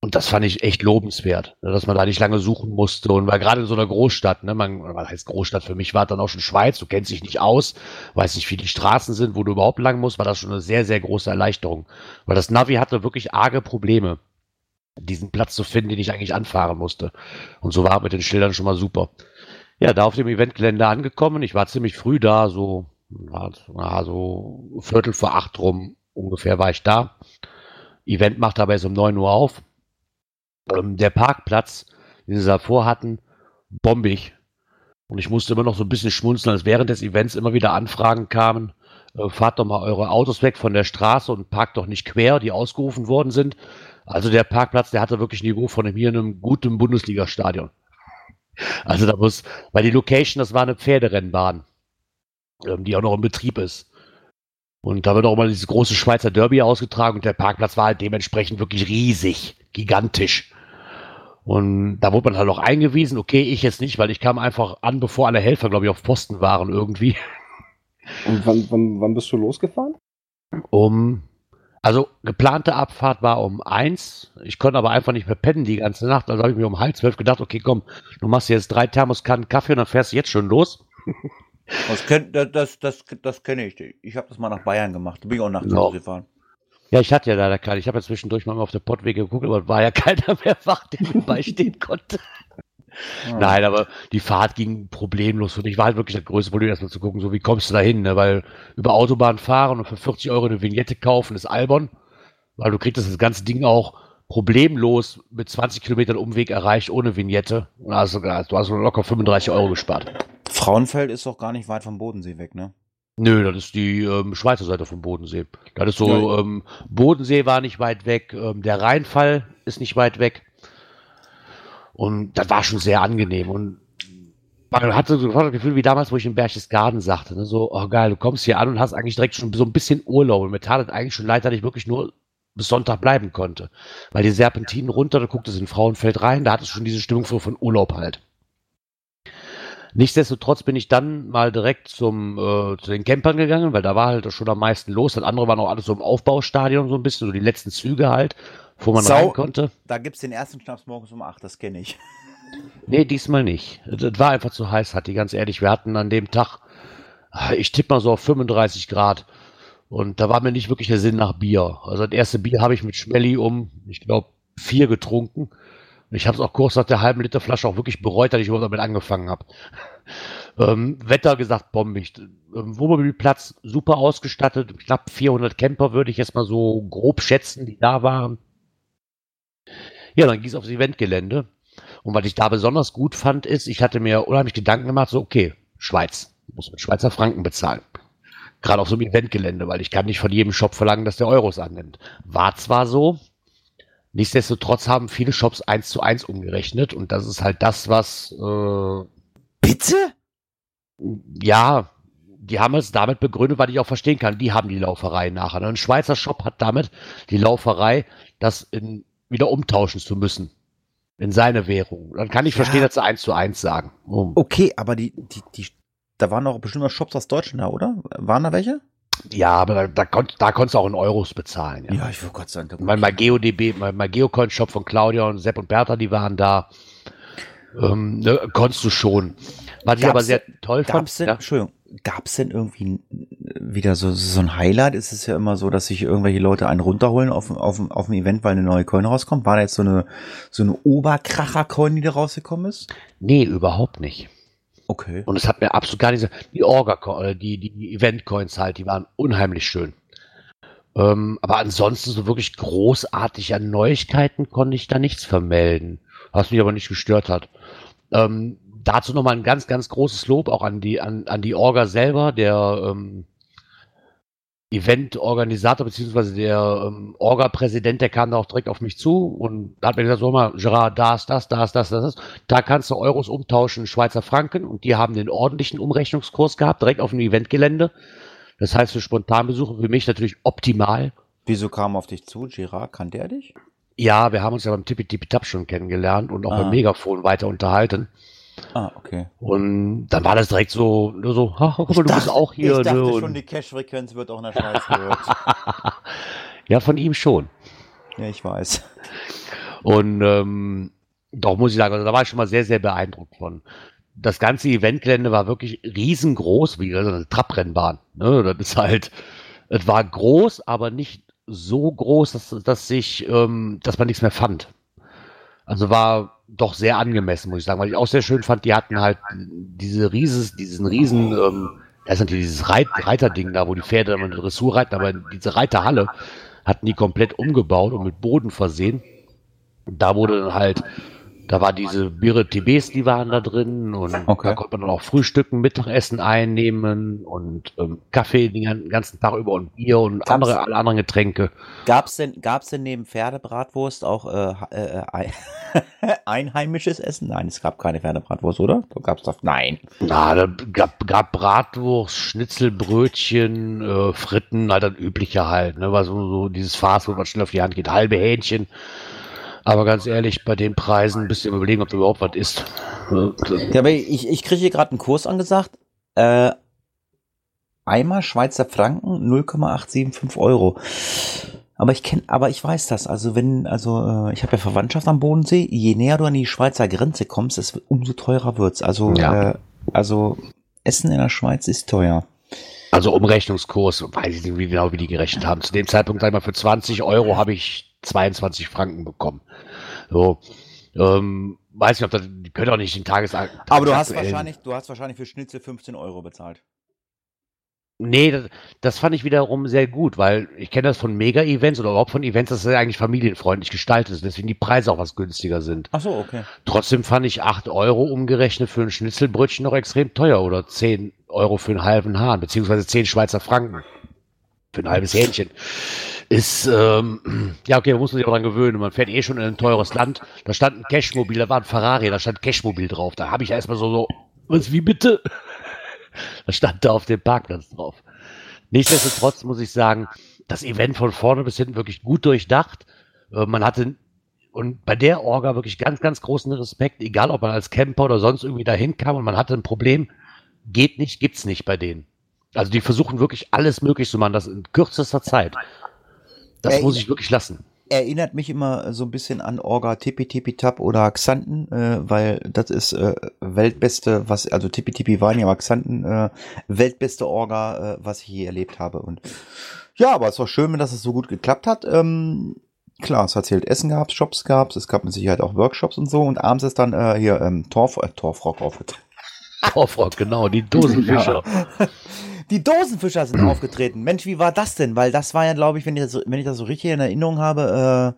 Und das fand ich echt lobenswert, ne, dass man da nicht lange suchen musste. Und weil gerade in so einer Großstadt, ne, was heißt Großstadt? Für mich war es dann auch schon Schweiz, du kennst dich nicht aus, weiß nicht, wie die Straßen sind, wo du überhaupt lang musst, war das schon eine sehr, sehr große Erleichterung. Weil das Navi hatte wirklich arge Probleme, diesen Platz zu finden, den ich eigentlich anfahren musste. Und so war mit den Schildern schon mal super. Ja, da auf dem Eventgelände angekommen, ich war ziemlich früh da, so 7:45 rum ungefähr war ich da. Event macht aber erst um 9 Uhr auf. Der Parkplatz, den sie davor hatten, bombig. Und ich musste immer noch so ein bisschen schmunzeln, als während des Events immer wieder Anfragen kamen, fahrt doch mal eure Autos weg von der Straße und parkt doch nicht quer, die ausgerufen worden sind. Also der Parkplatz, der hatte wirklich Niveau von hier in einem guten Bundesliga-Stadion. Also da muss, weil die Location, das war eine Pferderennbahn, die auch noch in Betrieb ist. Und da wird auch mal dieses große Schweizer Derby ausgetragen und der Parkplatz war halt dementsprechend wirklich riesig, gigantisch. Und da wurde man halt auch eingewiesen, okay, ich jetzt nicht, weil ich kam einfach an, bevor alle Helfer, glaube ich, auf Posten waren irgendwie. Und wann bist du losgefahren? Also geplante Abfahrt war um 1. Ich konnte aber einfach nicht mehr pennen die ganze Nacht. Also habe ich mir um 11:30 gedacht, okay, komm, du machst jetzt 3 Thermoskannen Kaffee und dann fährst du jetzt schon los. Das kenne ich. Ich habe das mal nach Bayern gemacht. Da bin ich auch nachts losgefahren. Ja, ich hatte ja leider keinen. Ich habe ja zwischendurch mal auf der Pottwege geguckt, aber es war ja keiner mehr wach, der mir beistehen konnte. Nein, aber die Fahrt ging problemlos und ich war halt wirklich das größte Problem, erstmal zu gucken, so wie kommst du da hin, ne? Weil über Autobahn fahren und für 40 € eine Vignette kaufen ist albern, weil du kriegst das ganze Ding auch problemlos mit 20 Kilometern Umweg erreicht ohne Vignette und du hast locker 35 € gespart. Frauenfeld ist doch gar nicht weit vom Bodensee weg, ne? Nö, das ist die Schweizer Seite vom Bodensee. Das ist so, Bodensee war nicht weit weg, der Rheinfall ist nicht weit weg. Und das war schon sehr angenehm. Und man hatte so das Gefühl, wie damals, wo ich in Berchtesgaden sagte, ne, so, oh geil, du kommst hier an und hast eigentlich direkt schon so ein bisschen Urlaub. Und mir tat es eigentlich schon leid, dass ich wirklich nur bis Sonntag bleiben konnte. Weil die Serpentinen runter, da guckt es in Frauenfeld rein, da hatte es schon diese Stimmung von Urlaub halt. Nichtsdestotrotz bin ich dann mal direkt zu den Campern gegangen, weil da war halt schon am meisten los. Das andere war noch alles so im Aufbaustadion, so ein bisschen, so die letzten Züge halt, wo man rein konnte. Da gibt es den ersten Schnaps morgens um 8, das kenne ich. Nee, diesmal nicht. Das war einfach zu heiß, Hatti, ganz ehrlich. Wir hatten an dem Tag, ich tippe mal so auf 35 Grad. Und da war mir nicht wirklich der Sinn nach Bier. Also das erste Bier habe ich mit Schmelli ich glaube, 4 getrunken. Ich habe es auch kurz nach der halben Liter Flasche auch wirklich bereut, dass ich überhaupt damit angefangen habe. Wetter gesagt bombig. Wohnmobilplatz super ausgestattet. Knapp 400 Camper würde ich jetzt mal so grob schätzen, die da waren. Ja, dann ging es aufs Eventgelände. Und was ich da besonders gut fand, ist, ich hatte mir unheimlich Gedanken gemacht, so okay, Schweiz, ich muss mit Schweizer Franken bezahlen. Gerade auf so einem Eventgelände, weil ich kann nicht von jedem Shop verlangen, dass der Euros annimmt. War zwar so, nichtsdestotrotz haben viele Shops 1:1 umgerechnet und das ist halt das, was Bitte? Ja, die haben es damit begründet, weil ich auch verstehen kann, die haben die Lauferei nachher. Ein Schweizer Shop hat damit die Lauferei, das wieder umtauschen zu müssen in seine Währung. Dann kann ich verstehen, dass sie 1:1 sagen. Okay, aber da waren doch bestimmt noch Shops aus Deutschland da, oder? Waren da welche? Ja, aber da konntest du auch in Euros bezahlen. Ja, ich will Gott sagen. Mein Geocoin-Shop von Claudia und Sepp und Bertha, die waren da. Konntest du schon. Was ich aber sehr toll fand. Gab es denn irgendwie wieder so ein Highlight? Ist es ja immer so, dass sich irgendwelche Leute einen runterholen auf dem Event, weil eine neue Coin rauskommt? War da jetzt so eine Oberkracher-Coin, die da rausgekommen ist? Nee, überhaupt nicht. Okay. Und es hat mir absolut gar nicht die Event-Coins halt, die waren unheimlich schön. Aber ansonsten so wirklich großartig an Neuigkeiten konnte ich da nichts vermelden. Was mich aber nicht gestört hat. Dazu nochmal ein ganz, ganz großes Lob auch an die Orga selber, der Event-Organisator beziehungsweise der Orga-Präsident, der kam da auch direkt auf mich zu und hat mir gesagt, so mal, Gerard, das. Da kannst du Euros umtauschen in Schweizer Franken und die haben den ordentlichen Umrechnungskurs gehabt, direkt auf dem Eventgelände. Das heißt, für Spontanbesuche für mich natürlich optimal. Wieso kam er auf dich zu? Gerard, kannte er dich? Ja, wir haben uns ja beim Tippi-Tippi-Tap schon kennengelernt und auch beim Megafon weiter unterhalten. Ah, okay. Und dann war das direkt so, guck mal, du bist auch hier. Ich dachte schon, die Cash-Frequenz wird auch in der Schweiz gehört. Ja, von ihm schon. Ja, ich weiß. Und doch muss ich sagen, also da war ich schon mal sehr, sehr beeindruckt von. Das ganze Eventgelände war wirklich riesengroß, wie eine Trabrennbahn. Ne? Das ist halt, es war groß, aber nicht so groß, dass man nichts mehr fand. Also war doch sehr angemessen, muss ich sagen, weil ich auch sehr schön fand, die hatten halt diesen riesen, da ist natürlich dieses Reiterding da, wo die Pferde dann mit Dressur reiten, aber diese Reiterhalle hatten die komplett umgebaut und mit Boden versehen. Und da wurde dann halt, da war diese Birre TBs, die waren da drin und da konnte man dann auch Frühstücken, Mittagessen einnehmen und Kaffee den ganzen Tag über und Bier und alle anderen Getränke. Gab's denn neben Pferdebratwurst auch einheimisches Essen? Nein, es gab keine Pferdebratwurst, oder? Da gab's doch, nein. Na, da gab Bratwurst, Schnitzelbrötchen, Fritten, halt das Übliche halt, ne, was so dieses Fastfood, was schnell auf die Hand geht, halbe Hähnchen. Aber ganz ehrlich, bei den Preisen ein bisschen überlegen, ob du überhaupt was isst. Ja, aber ich kriege hier gerade einen Kurs angesagt. Eimer Schweizer Franken 0,875 Euro. Aber ich weiß das. Also ich habe ja Verwandtschaft am Bodensee. Je näher du an die Schweizer Grenze kommst, umso teurer wird's. Also Essen in der Schweiz ist teuer. Also Umrechnungskurs, weiß ich nicht wie die gerechnet haben. Zu dem Zeitpunkt, sag ich mal, für 20 Euro habe ich 22 Franken bekommen. So, weiß nicht, die können auch nicht den Tagesakt. Aber du hast wahrscheinlich für Schnitzel 15 Euro bezahlt. Nee, das fand ich wiederum sehr gut, weil ich kenne das von Mega-Events oder überhaupt von Events, dass es ja eigentlich familienfreundlich gestaltet ist, deswegen die Preise auch was günstiger sind. Ach so, okay. Trotzdem fand ich 8 Euro umgerechnet für ein Schnitzelbrötchen noch extrem teuer oder 10 Euro für einen halben Hahn, beziehungsweise 10 Schweizer Franken für ein halbes Hähnchen. Ist, ja okay, da muss man sich auch dran gewöhnen. Man fährt schon in ein teures Land. Da stand ein Cashmobil, da war ein Ferrari, da stand Cashmobil drauf. Da habe ich erstmal so, was, wie bitte? Da stand da auf dem Parkplatz drauf. Nichtsdestotrotz muss ich sagen, das Event von vorne bis hinten wirklich gut durchdacht. Man hatte, und bei der Orga wirklich ganz, ganz großen Respekt, egal ob man als Camper oder sonst irgendwie dahin kam und man hatte ein Problem, geht nicht, gibt's nicht bei denen. Also die versuchen wirklich alles möglich zu machen, das in kürzester Zeit. Das muss ich wirklich lassen. Erinnert mich immer so ein bisschen an Orga Tipi-Tipi-Tap oder Xanten, weil das ist weltbeste, also Tipi-Tipi waren ja aber Xanten, weltbeste Orga, was ich je erlebt habe. Und ja, aber es war schön, dass es so gut geklappt hat. Klar, es hat erzählt, Essen gab's, Shops gab's, es gab mit Sicherheit auch Workshops und so. Und abends ist dann Torfrock aufgetreten. Torfrock, genau, die Dosenfischer. Ja. Die Dosenfischer sind aufgetreten. Mensch, wie war das denn? Weil das war ja, glaube ich, wenn ich das so richtig in Erinnerung habe,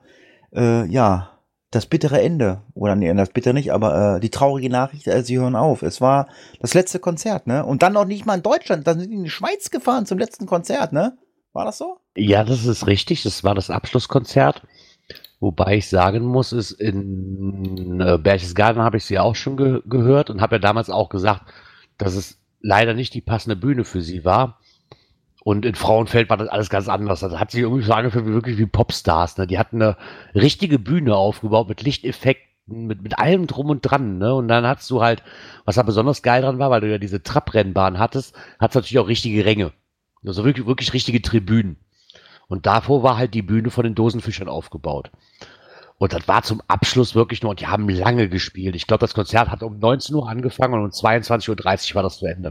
das bittere Ende. Oder nee, das bittere nicht, aber die traurige Nachricht, sie hören auf. Es war das letzte Konzert, ne? Und dann noch nicht mal in Deutschland. Dann sind die in die Schweiz gefahren zum letzten Konzert, ne? War das so? Ja, das ist richtig. Das war das Abschlusskonzert. Wobei ich sagen muss, ist in Berchtesgaden habe ich sie auch schon gehört und habe ja damals auch gesagt, dass es leider nicht die passende Bühne für sie war. Und in Frauenfeld war das alles ganz anders. Das hat sich irgendwie so angefühlt wie Popstars. Ne? Die hatten eine richtige Bühne aufgebaut mit Lichteffekten, mit allem drum und dran. Ne? Und dann hattest du halt, was da besonders geil dran war, weil du ja diese Trabrennbahn hattest, hattest du natürlich auch richtige Ränge. Also wirklich, wirklich richtige Tribünen. Und davor war halt die Bühne von den Dosenfischern aufgebaut. Und das war zum Abschluss wirklich nur, und die haben lange gespielt. Ich glaube, das Konzert hat um 19 Uhr angefangen und um 22:30 Uhr war das zu Ende.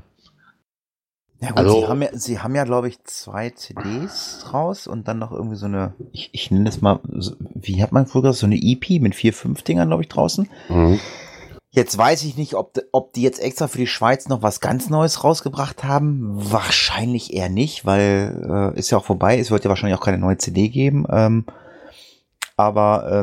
Ja gut, also, sie haben ja, glaube ich, 2 CDs raus und dann noch irgendwie so eine, ich nenne das mal, wie hat man früher gesagt, so eine EP mit 4, 5 Dingern, glaube ich, draußen. Mhm. Jetzt weiß ich nicht, ob die jetzt extra für die Schweiz noch was ganz Neues rausgebracht haben. Wahrscheinlich eher nicht, weil ist ja auch vorbei. Es wird ja wahrscheinlich auch keine neue CD geben. Aber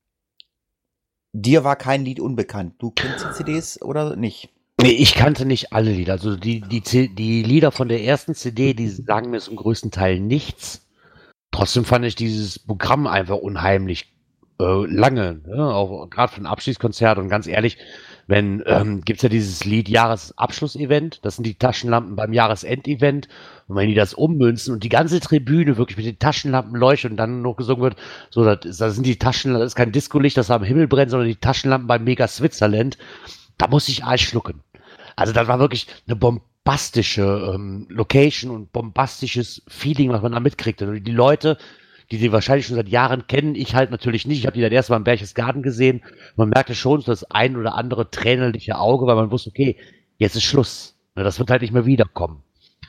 dir war kein Lied unbekannt. Du kennst die CDs oder nicht? Nee, ich kannte nicht alle Lieder. Also die Lieder von der ersten CD, die sagen mir zum größten Teil nichts. Trotzdem fand ich dieses Programm einfach unheimlich lange. Ne? Auch gerade für ein Abschiedskonzert. Und ganz ehrlich, gibt's ja dieses Lied Jahresabschluss-Event. Das sind die Taschenlampen beim Jahresendevent. Und wenn die das ummünzen und die ganze Tribüne wirklich mit den Taschenlampen leuchtet und dann noch gesungen wird, so, das sind die Taschenlampen, das ist kein Discolicht, das am Himmel brennt, sondern die Taschenlampen beim Mega Switzerland, da muss ich Eis schlucken. Also das war wirklich eine bombastische Location und bombastisches Feeling, was man da mitkriegte. Und die Leute, die sie wahrscheinlich schon seit Jahren kennen. Ich halt natürlich nicht. Ich habe die dann erst mal im Berchtesgaden gesehen. Man merkte schon so das ein oder andere tränenliche Auge, weil man wusste, okay, jetzt ist Schluss. Das wird halt nicht mehr wiederkommen.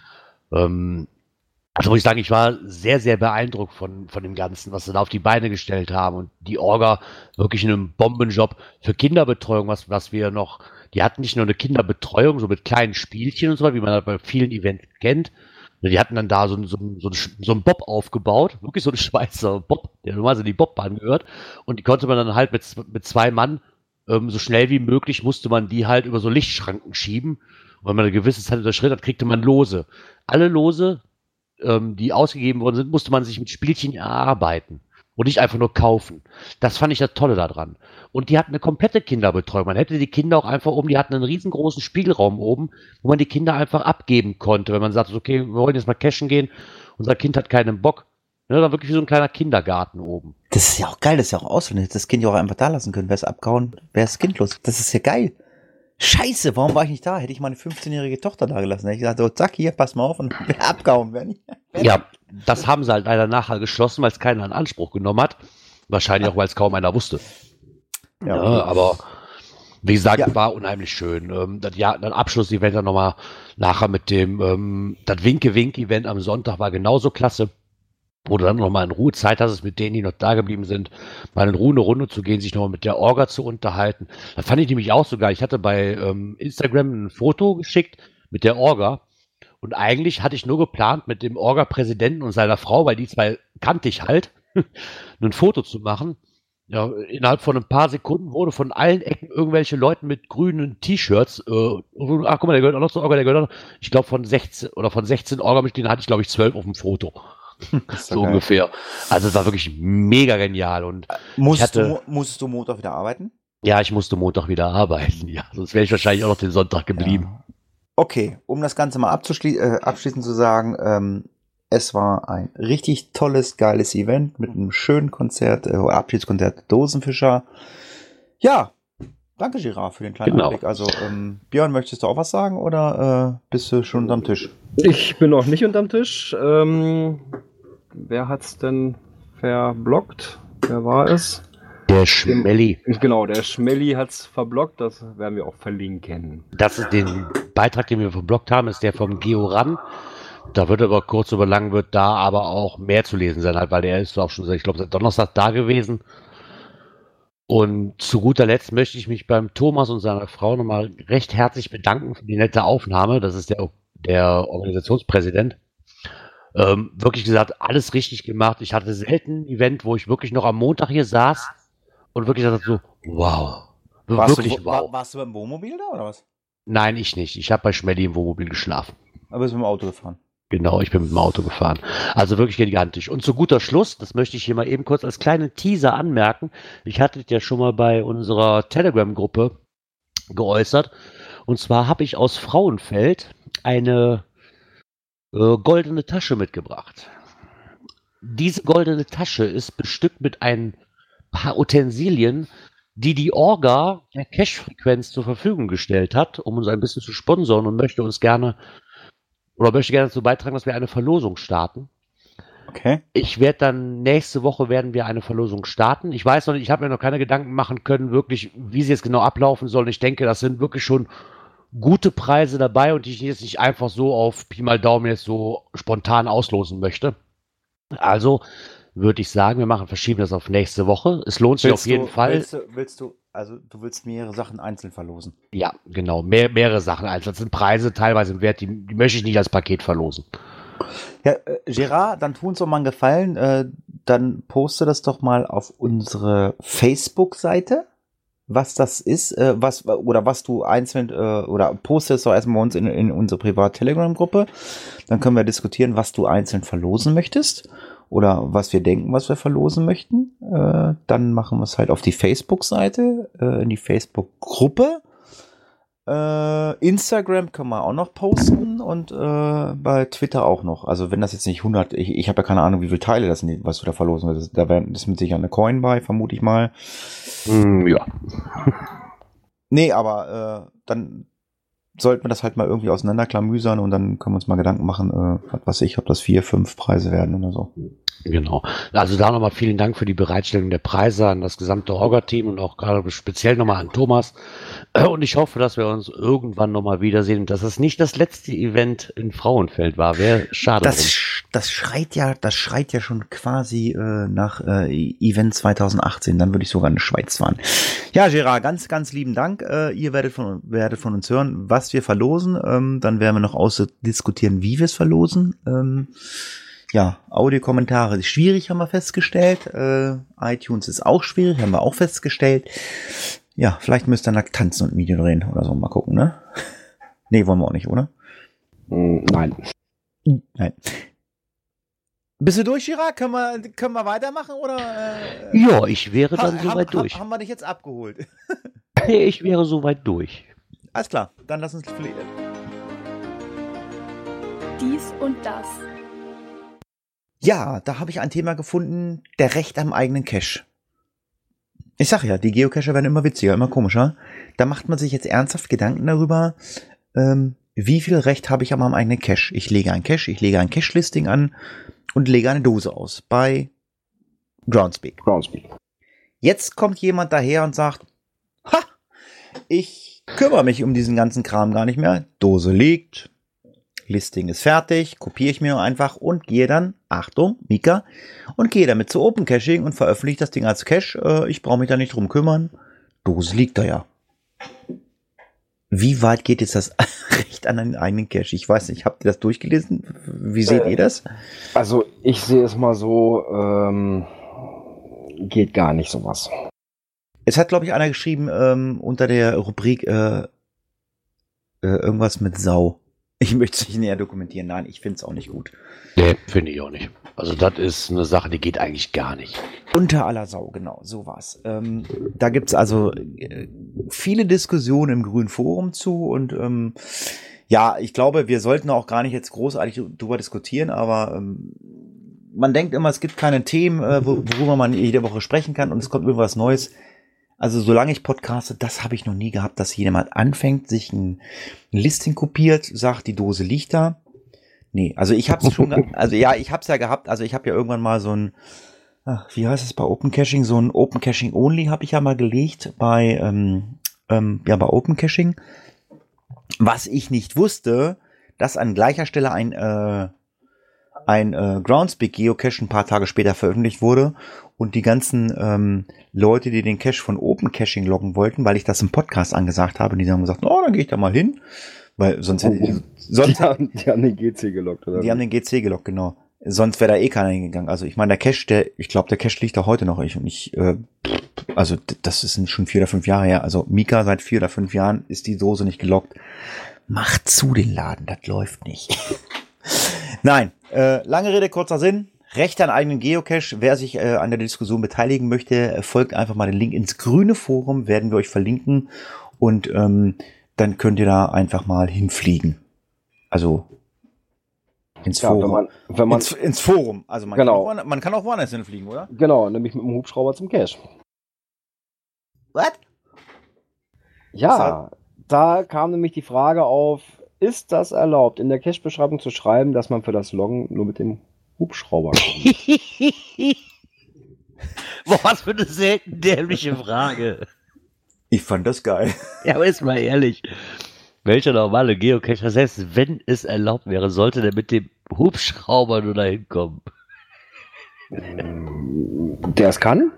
Also muss ich sagen, ich war sehr, sehr beeindruckt von dem Ganzen, was sie da auf die Beine gestellt haben. Und die Orga wirklich in einem Bombenjob für Kinderbetreuung, was wir noch, die hatten nicht nur eine Kinderbetreuung, so mit kleinen Spielchen und so, wie man das bei vielen Events kennt. Die hatten dann da so einen Bob aufgebaut, wirklich so ein Schweizer Bob, der normalerweise in die Bobbahn gehört. Und die konnte man dann halt mit 2 Mann, so schnell wie möglich musste man die halt über so Lichtschranken schieben. Und wenn man eine gewisse Zeit unterschritten hat, kriegte man Lose. Alle Lose, die ausgegeben worden sind, musste man sich mit Spielchen erarbeiten und nicht einfach nur kaufen. Das fand ich das Tolle daran. Und die hatten eine komplette Kinderbetreuung. Man hätte die Kinder auch einfach oben, die hatten einen riesengroßen Spielraum oben, wo man die Kinder einfach abgeben konnte. Wenn man sagt, okay, wir wollen jetzt mal cashen gehen, unser Kind hat keinen Bock. Ne, dann wirklich wie so ein kleiner Kindergarten oben. Das ist ja auch geil, das ist ja auch auswendig. Das Kind ja auch einfach da lassen können. Wer ist abgehauen, wer ist kindlos. Das ist ja geil. Scheiße, warum war ich nicht da? Hätte ich meine 15-jährige Tochter da gelassen. Hätte ich gesagt, so, zack, hier, pass mal auf und abgehauen werden. Ja, das haben sie halt leider nachher geschlossen, weil es keiner in Anspruch genommen hat. Wahrscheinlich auch, weil es kaum einer wusste. Ja, aber wie gesagt, war unheimlich schön. Das Abschlussevent dann nochmal nachher mit dem, das Winke-Wink-Event am Sonntag war genauso klasse. Wo du dann nochmal in Ruhe Zeit hast, mit denen, die noch da geblieben sind, mal in Ruhe eine Runde zu gehen, sich nochmal mit der Orga zu unterhalten. Das fand ich nämlich auch so geil. Ich hatte bei Instagram ein Foto geschickt mit der Orga und eigentlich hatte ich nur geplant, mit dem Orga-Präsidenten und seiner Frau, weil die zwei kannte ich halt, ein Foto zu machen. Ja, innerhalb von ein paar Sekunden wurde von allen Ecken irgendwelche Leute mit grünen T-Shirts, ach guck mal, der gehört auch noch zur Orga, der gehört auch noch, ich glaube von 16 Orga-Mitgliedern hatte ich, glaube ich, 12 auf dem Foto. So ungefähr. Also es war wirklich mega genial. Und musstest du Montag wieder arbeiten? Ja, ich musste Montag wieder arbeiten. Ja, sonst wäre ich wahrscheinlich auch noch den Sonntag geblieben. Ja. Okay, um das Ganze mal abschließend zu sagen, es war ein richtig tolles, geiles Event mit einem schönen Konzert, Abschiedskonzert Dosenfischer. Ja, danke Girard für den kleinen Einblick. Also Björn, möchtest du auch was sagen oder bist du schon unterm Tisch? Ich bin noch nicht unterm Tisch. Wer hat's denn verblockt? Wer war es? Der Schmelli. Genau, der Schmelli hat's verblockt. Das werden wir auch verlinken. Das ist den Beitrag, den wir verblockt haben, ist der vom Georan. Da wird aber kurz oder lang wird da aber auch mehr zu lesen sein, halt, weil der ist auch schon, ich glaube, seit Donnerstag da gewesen. Und zu guter Letzt möchte ich mich beim Thomas und seiner Frau nochmal recht herzlich bedanken für die nette Aufnahme. Das ist der Organisationspräsident. Wirklich gesagt, alles richtig gemacht. Ich hatte selten ein Event, wo ich wirklich noch am Montag hier saß und wirklich dachte so, wow. Warst du beim Wohnmobil da oder was? Nein, ich nicht. Ich habe bei Schmelli im Wohnmobil geschlafen. Aber bist du mit dem Auto gefahren? Genau, ich bin mit dem Auto gefahren. Also wirklich gigantisch. Und zu guter Schluss, das möchte ich hier mal eben kurz als kleinen Teaser anmerken. Ich hatte es ja schon mal bei unserer Telegram-Gruppe geäußert. Und zwar habe ich aus Frauenfeld eine goldene Tasche mitgebracht. Diese goldene Tasche ist bestückt mit ein paar Utensilien, die Orga der Cash-Frequenz zur Verfügung gestellt hat, um uns ein bisschen zu sponsoren und möchte gerne dazu beitragen, dass wir eine Verlosung starten. Okay. Nächste Woche werden wir eine Verlosung starten. Ich weiß noch nicht, ich habe mir noch keine Gedanken machen können, wirklich, wie sie jetzt genau ablaufen sollen. Ich denke, das sind wirklich schon gute Preise dabei und die ich jetzt nicht einfach so auf Pi mal Daumen jetzt so spontan auslosen möchte. Also würde ich sagen, verschieben das auf nächste Woche. Es lohnt sich auf jeden Fall. Du willst mehrere Sachen einzeln verlosen? Ja, genau, mehrere Sachen einzeln. Das sind Preise teilweise im Wert, die möchte ich nicht als Paket verlosen. Ja, Gerard, dann tu uns doch mal einen Gefallen, dann poste das doch mal auf unsere Facebook-Seite, was das ist, was du einzeln, oder poste es doch erstmal bei uns in unsere Privat-Telegram-Gruppe, dann können wir diskutieren, was du einzeln verlosen möchtest oder was wir denken, was wir verlosen möchten. Dann machen wir es halt auf die Facebook-Seite, in die Facebook-Gruppe. Instagram können wir auch noch posten und bei Twitter auch noch. Also wenn das jetzt nicht 100, ich habe ja keine Ahnung, wie viele Teile das sind, was du da verlosen willst. Da ist mit Sicherheit eine Coin bei, vermute ich mal. Ja. Nee, aber dann sollten wir das halt mal irgendwie auseinanderklamüsern und dann können wir uns mal Gedanken machen, was weiß ich, ob das 4, 5 Preise werden oder so. Genau. Also da nochmal vielen Dank für die Bereitstellung der Preise an das gesamte Orga-Team und auch gerade speziell nochmal an Thomas. Und ich hoffe, dass wir uns irgendwann nochmal wiedersehen und dass es nicht das letzte Event in Frauenfeld war. Wäre schade. Das schreit ja schon quasi nach Event 2018. Dann würde ich sogar in die Schweiz fahren. Ja, Gerard, ganz, ganz lieben Dank. Ihr werdet von uns hören, was wir verlosen. Dann werden wir noch ausdiskutieren, wie wir es verlosen. Ja, Audiokommentare ist schwierig, haben wir festgestellt. iTunes ist auch schwierig, haben wir auch festgestellt. Ja, vielleicht müsst ihr nackt tanzen und ein Video drehen oder so. Mal gucken, ne? Nee, wollen wir auch nicht, oder? Nein. Nein. Bist du durch, Gerard? Können wir weitermachen, oder? Ja, ich wäre dann soweit durch. Haben wir dich jetzt abgeholt? Ich wäre soweit durch. Alles klar, dann lass uns fliegen. Dies und das. Ja, da habe ich ein Thema gefunden, der Recht am eigenen Cache. Ich sag ja, die Geocacher werden immer witziger, immer komischer. Da macht man sich jetzt ernsthaft Gedanken darüber, wie viel Recht habe ich an meinem eigenen Cache. Ich lege ein Cache-Listing an und lege eine Dose aus bei Groundspeak. Jetzt kommt jemand daher und sagt, ha, ich kümmere mich um diesen ganzen Kram gar nicht mehr. Dose liegt, Listing ist fertig, kopiere ich mir nur einfach und gehe dann, Achtung, Mika, und gehe damit zu Open Caching und veröffentliche das Ding als Cache. Ich brauche mich da nicht drum kümmern. Dose liegt da ja. Wie weit geht jetzt das Recht an einen eigenen Cache? Ich weiß nicht, habt ihr das durchgelesen? Wie seht ihr das? Also ich sehe es mal so, geht gar nicht sowas. Es hat, glaube ich, einer geschrieben unter der Rubrik irgendwas mit Sau. Ich möchte es nicht näher dokumentieren. Nein, ich finde es auch nicht gut. Nee, finde ich auch nicht. Also das ist eine Sache, die geht eigentlich gar nicht. Unter aller Sau, genau, so war's. Da gibt's also viele Diskussionen im Grünen Forum zu und ja, ich glaube, wir sollten auch gar nicht jetzt großartig drüber diskutieren, aber man denkt immer, es gibt keine Themen, worüber man jede Woche sprechen kann und es kommt irgendwas Neues. Also solange ich podcaste, das habe ich noch nie gehabt, dass jemand anfängt, sich ein Listing kopiert, sagt, die Dose liegt da. Nee, also ich habe es schon, ich habe es ja gehabt, also ich habe ja irgendwann mal so ein, wie heißt es bei Open Caching, so ein Open Caching Only habe ich ja mal gelegt bei bei Open Caching. Was ich nicht wusste, dass an gleicher Stelle ein Groundspeak Geocache ein paar Tage später veröffentlicht wurde und die ganzen Leute, die den Cache von Open Caching loggen wollten, weil ich das im Podcast angesagt habe, die haben gesagt, dann gehe ich da mal hin, weil sonst die haben den GC geloggt, oder? Die haben den GC geloggt, genau. Sonst wäre da eh keiner hingegangen. Also ich meine, der Cache, ich glaube, der Cache liegt da heute noch. Also das ist schon 4 oder 5 Jahre her. Also Mika, seit 4 oder 5 Jahren ist die Dose nicht geloggt. Macht zu den Laden, das läuft nicht. Nein, lange Rede, kurzer Sinn. Recht an eigenen Geocache. Wer sich an der Diskussion beteiligen möchte, folgt einfach mal den Link ins grüne Forum, werden wir euch verlinken. Und dann könnt ihr da einfach mal hinfliegen. Also ins Forum. Wenn man ins Forum. Also man kann auch woanders hinfliegen, oder? Genau, nämlich mit dem Hubschrauber zum Cache. What? Ja, da kam nämlich die Frage auf, ist das erlaubt, in der Cache-Beschreibung zu schreiben, dass man für das Loggen nur mit dem Hubschrauber kommt? Boah, was für eine selten dämliche Frage. Ich fand das geil. Ja, aber ist mal ehrlich. Welcher normale Geocacher, selbst wenn es erlaubt wäre, sollte der mit dem Hubschrauber nur dahin kommen? Der es kann?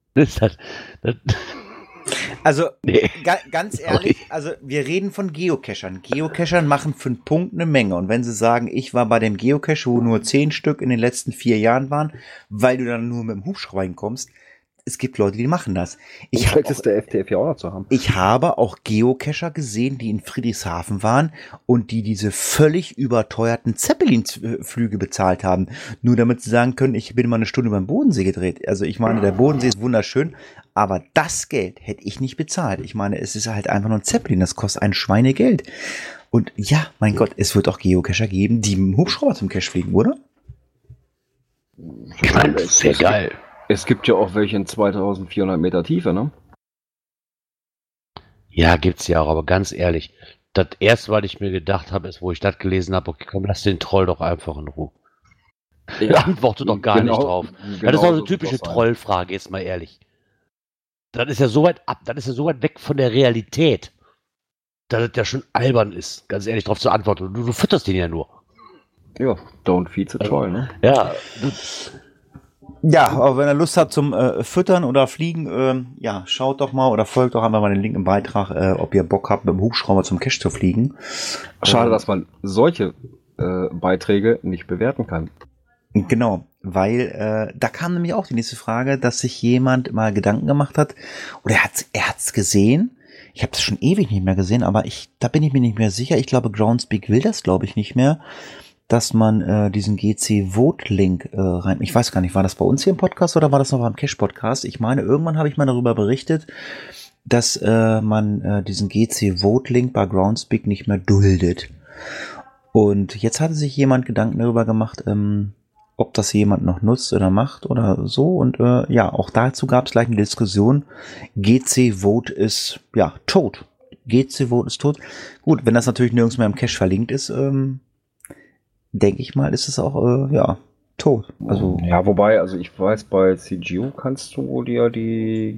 Also, nee. Ganz ehrlich, also wir reden von Geocachern. Geocachern machen für einen Punkt eine Menge. Und wenn sie sagen, ich war bei dem Geocache, wo nur 10 Stück in den letzten 4 Jahren waren, weil du dann nur mit dem Hubschrauber hinkommst, es gibt Leute, die machen das. Vielleicht ist der FTF ja auch noch zu haben. Ich habe auch Geocacher gesehen, die in Friedrichshafen waren und die diese völlig überteuerten Zeppelin-Flüge bezahlt haben. Nur damit sie sagen können, ich bin mal eine Stunde über den Bodensee gedreht. Also ich meine, der Bodensee ist wunderschön, aber das Geld hätte ich nicht bezahlt. Ich meine, es ist halt einfach nur ein Zeppelin, das kostet ein Schweinegeld. Und ja, mein Gott, es wird auch Geocacher geben, die mit dem Hubschrauber zum Cache fliegen, oder? Ich meine, das ist ja geil. Es gibt ja auch welche in 2400 Meter Tiefe, ne? Ja, gibt's ja auch, aber ganz ehrlich, das erste, was ich mir gedacht habe, ist, wo ich das gelesen habe, okay, komm, lass den Troll doch einfach in Ruhe. Antworte doch gar nicht drauf. Das ist doch eine typische Trollfrage, jetzt mal ehrlich. Das ist ja so weit weg von der Realität, dass es ja schon albern ist, ganz ehrlich drauf zu antworten. Du fütterst den ja nur. Ja, don't feed the troll, ne? Ja. Ja, aber wenn ihr Lust habt zum Füttern oder Fliegen, ja, schaut doch mal oder folgt doch einmal mal den Link im Beitrag, ob ihr Bock habt, mit dem Hubschrauber zum Cache zu fliegen. Schade, dass man solche Beiträge nicht bewerten kann. Genau, weil da kam nämlich auch die nächste Frage, dass sich jemand mal Gedanken gemacht hat, oder er hat's gesehen. Ich habe das schon ewig nicht mehr gesehen, aber da bin ich mir nicht mehr sicher. Ich glaube, Groundspeak will das, glaube ich, nicht mehr, dass man diesen GC-Vote-Link rein... Ich weiß gar nicht, war das bei uns hier im Podcast oder war das noch beim Cache-Podcast? Ich meine, irgendwann habe ich mal darüber berichtet, dass man diesen GC-Vote-Link bei Groundspeak nicht mehr duldet. Und jetzt hatte sich jemand Gedanken darüber gemacht, ob das jemand noch nutzt oder macht oder so. Und ja, auch dazu gab es gleich eine Diskussion. GC-Vote ist, ja, tot. GC-Vote ist tot. Gut, wenn das natürlich nirgends mehr im Cache verlinkt ist, denke ich mal, ist es auch, ja, tot. Also, ja, wobei, also ich weiß, bei CGU kannst du dir die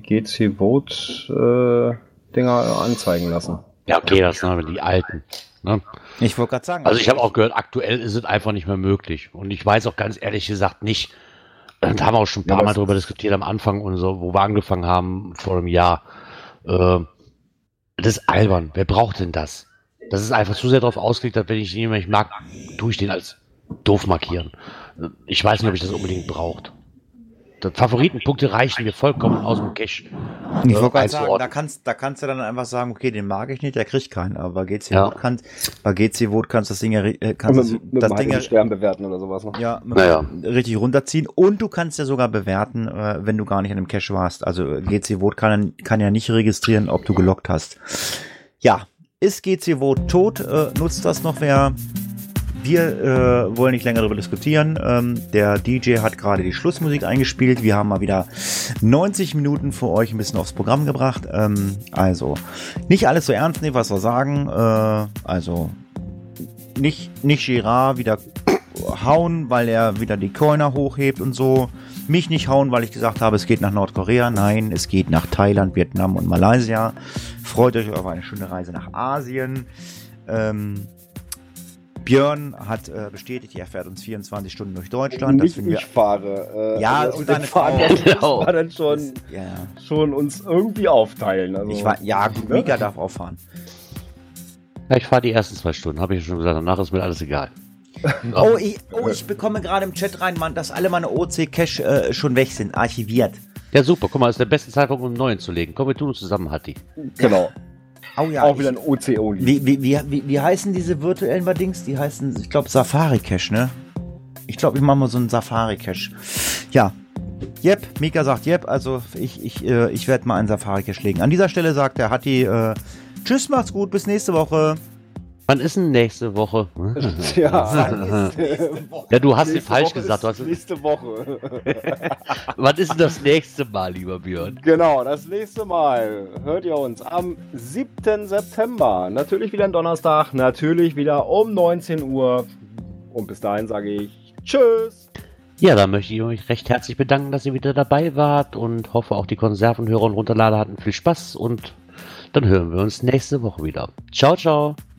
GC-Vote-Dinger anzeigen lassen. Ja, okay, das sind aber die alten. Ne? ich wollte gerade sagen. Also ich habe auch gehört, aktuell ist es einfach nicht mehr möglich. Und ich weiß auch ganz ehrlich gesagt nicht, da haben wir auch schon ein paar Mal drüber diskutiert am Anfang und so, wo wir angefangen haben vor einem Jahr. Das ist albern. Wer braucht denn das? Das ist einfach zu sehr darauf ausgelegt, dass wenn ich jemanden nicht mag, tue ich den als doof markieren. Ich weiß nicht, ob ich das unbedingt braucht. Favoritenpunkte reichen mir vollkommen aus dem Cache. Ich wollte gerade sagen, da kannst du dann einfach sagen, okay, den mag ich nicht, der kriegt keinen. Aber bei GC-Vote kannst du das Ding ja Stern bewerten oder sowas. Ne? Ja, richtig runterziehen. Und du kannst ja sogar bewerten, wenn du gar nicht in einem Cache warst. Also GC-Vote kann ja nicht registrieren, ob du geloggt hast. Ja, ist GC-Vote tot? Nutzt das noch wer? Wir wollen nicht länger darüber diskutieren. Der DJ hat gerade die Schlussmusik eingespielt. Wir haben mal wieder 90 Minuten für euch ein bisschen aufs Programm gebracht. Also nicht alles so ernst nehmen, was wir sagen. Also nicht Gerard wieder hauen, weil er wieder die Coiner hochhebt und so. Mich nicht hauen, weil ich gesagt habe, es geht nach Nordkorea. Nein, es geht nach Thailand, Vietnam und Malaysia. Freut euch auf eine schöne Reise nach Asien. Björn hat bestätigt, er fährt uns 24 Stunden durch Deutschland. Nicht ich fahre. Ja, und deine Fahren war dann schon uns irgendwie aufteilen. Also, gut, Mika darf auch fahren. Ja, ich fahre die ersten 2 Stunden, habe ich schon gesagt. Danach ist mir alles egal. Ich bekomme gerade im Chat rein, Mann, dass alle meine OC-Cache schon weg sind, archiviert. Ja, super. Guck mal, das ist der beste Zeitpunkt, um einen neuen zu legen. Komm, wir tun uns zusammen, Hatti. Genau. Oh ja, auch wieder ein OCO. Wie heißen diese virtuellen Badings? Die heißen, ich glaube, Safari-Cache, ne? Ich glaube, ich mache mal so einen Safari-Cache. Ja. Jep, Mika sagt Jep, also ich werde mal einen Safari-Cache legen. An dieser Stelle sagt der Hatti, tschüss, macht's gut, bis nächste Woche. Wann ist denn nächste Woche? Ja, du hast es falsch gesagt. Nächste Woche. Wann ist denn das nächste Mal, lieber Björn? Genau, das nächste Mal hört ihr uns am 7. September. Natürlich wieder ein Donnerstag, natürlich wieder um 19 Uhr. Und bis dahin sage ich tschüss. Ja, da möchte ich euch recht herzlich bedanken, dass ihr wieder dabei wart und hoffe auch die Konservenhörer und Runterlader hatten viel Spaß und dann hören wir uns nächste Woche wieder. Ciao, ciao.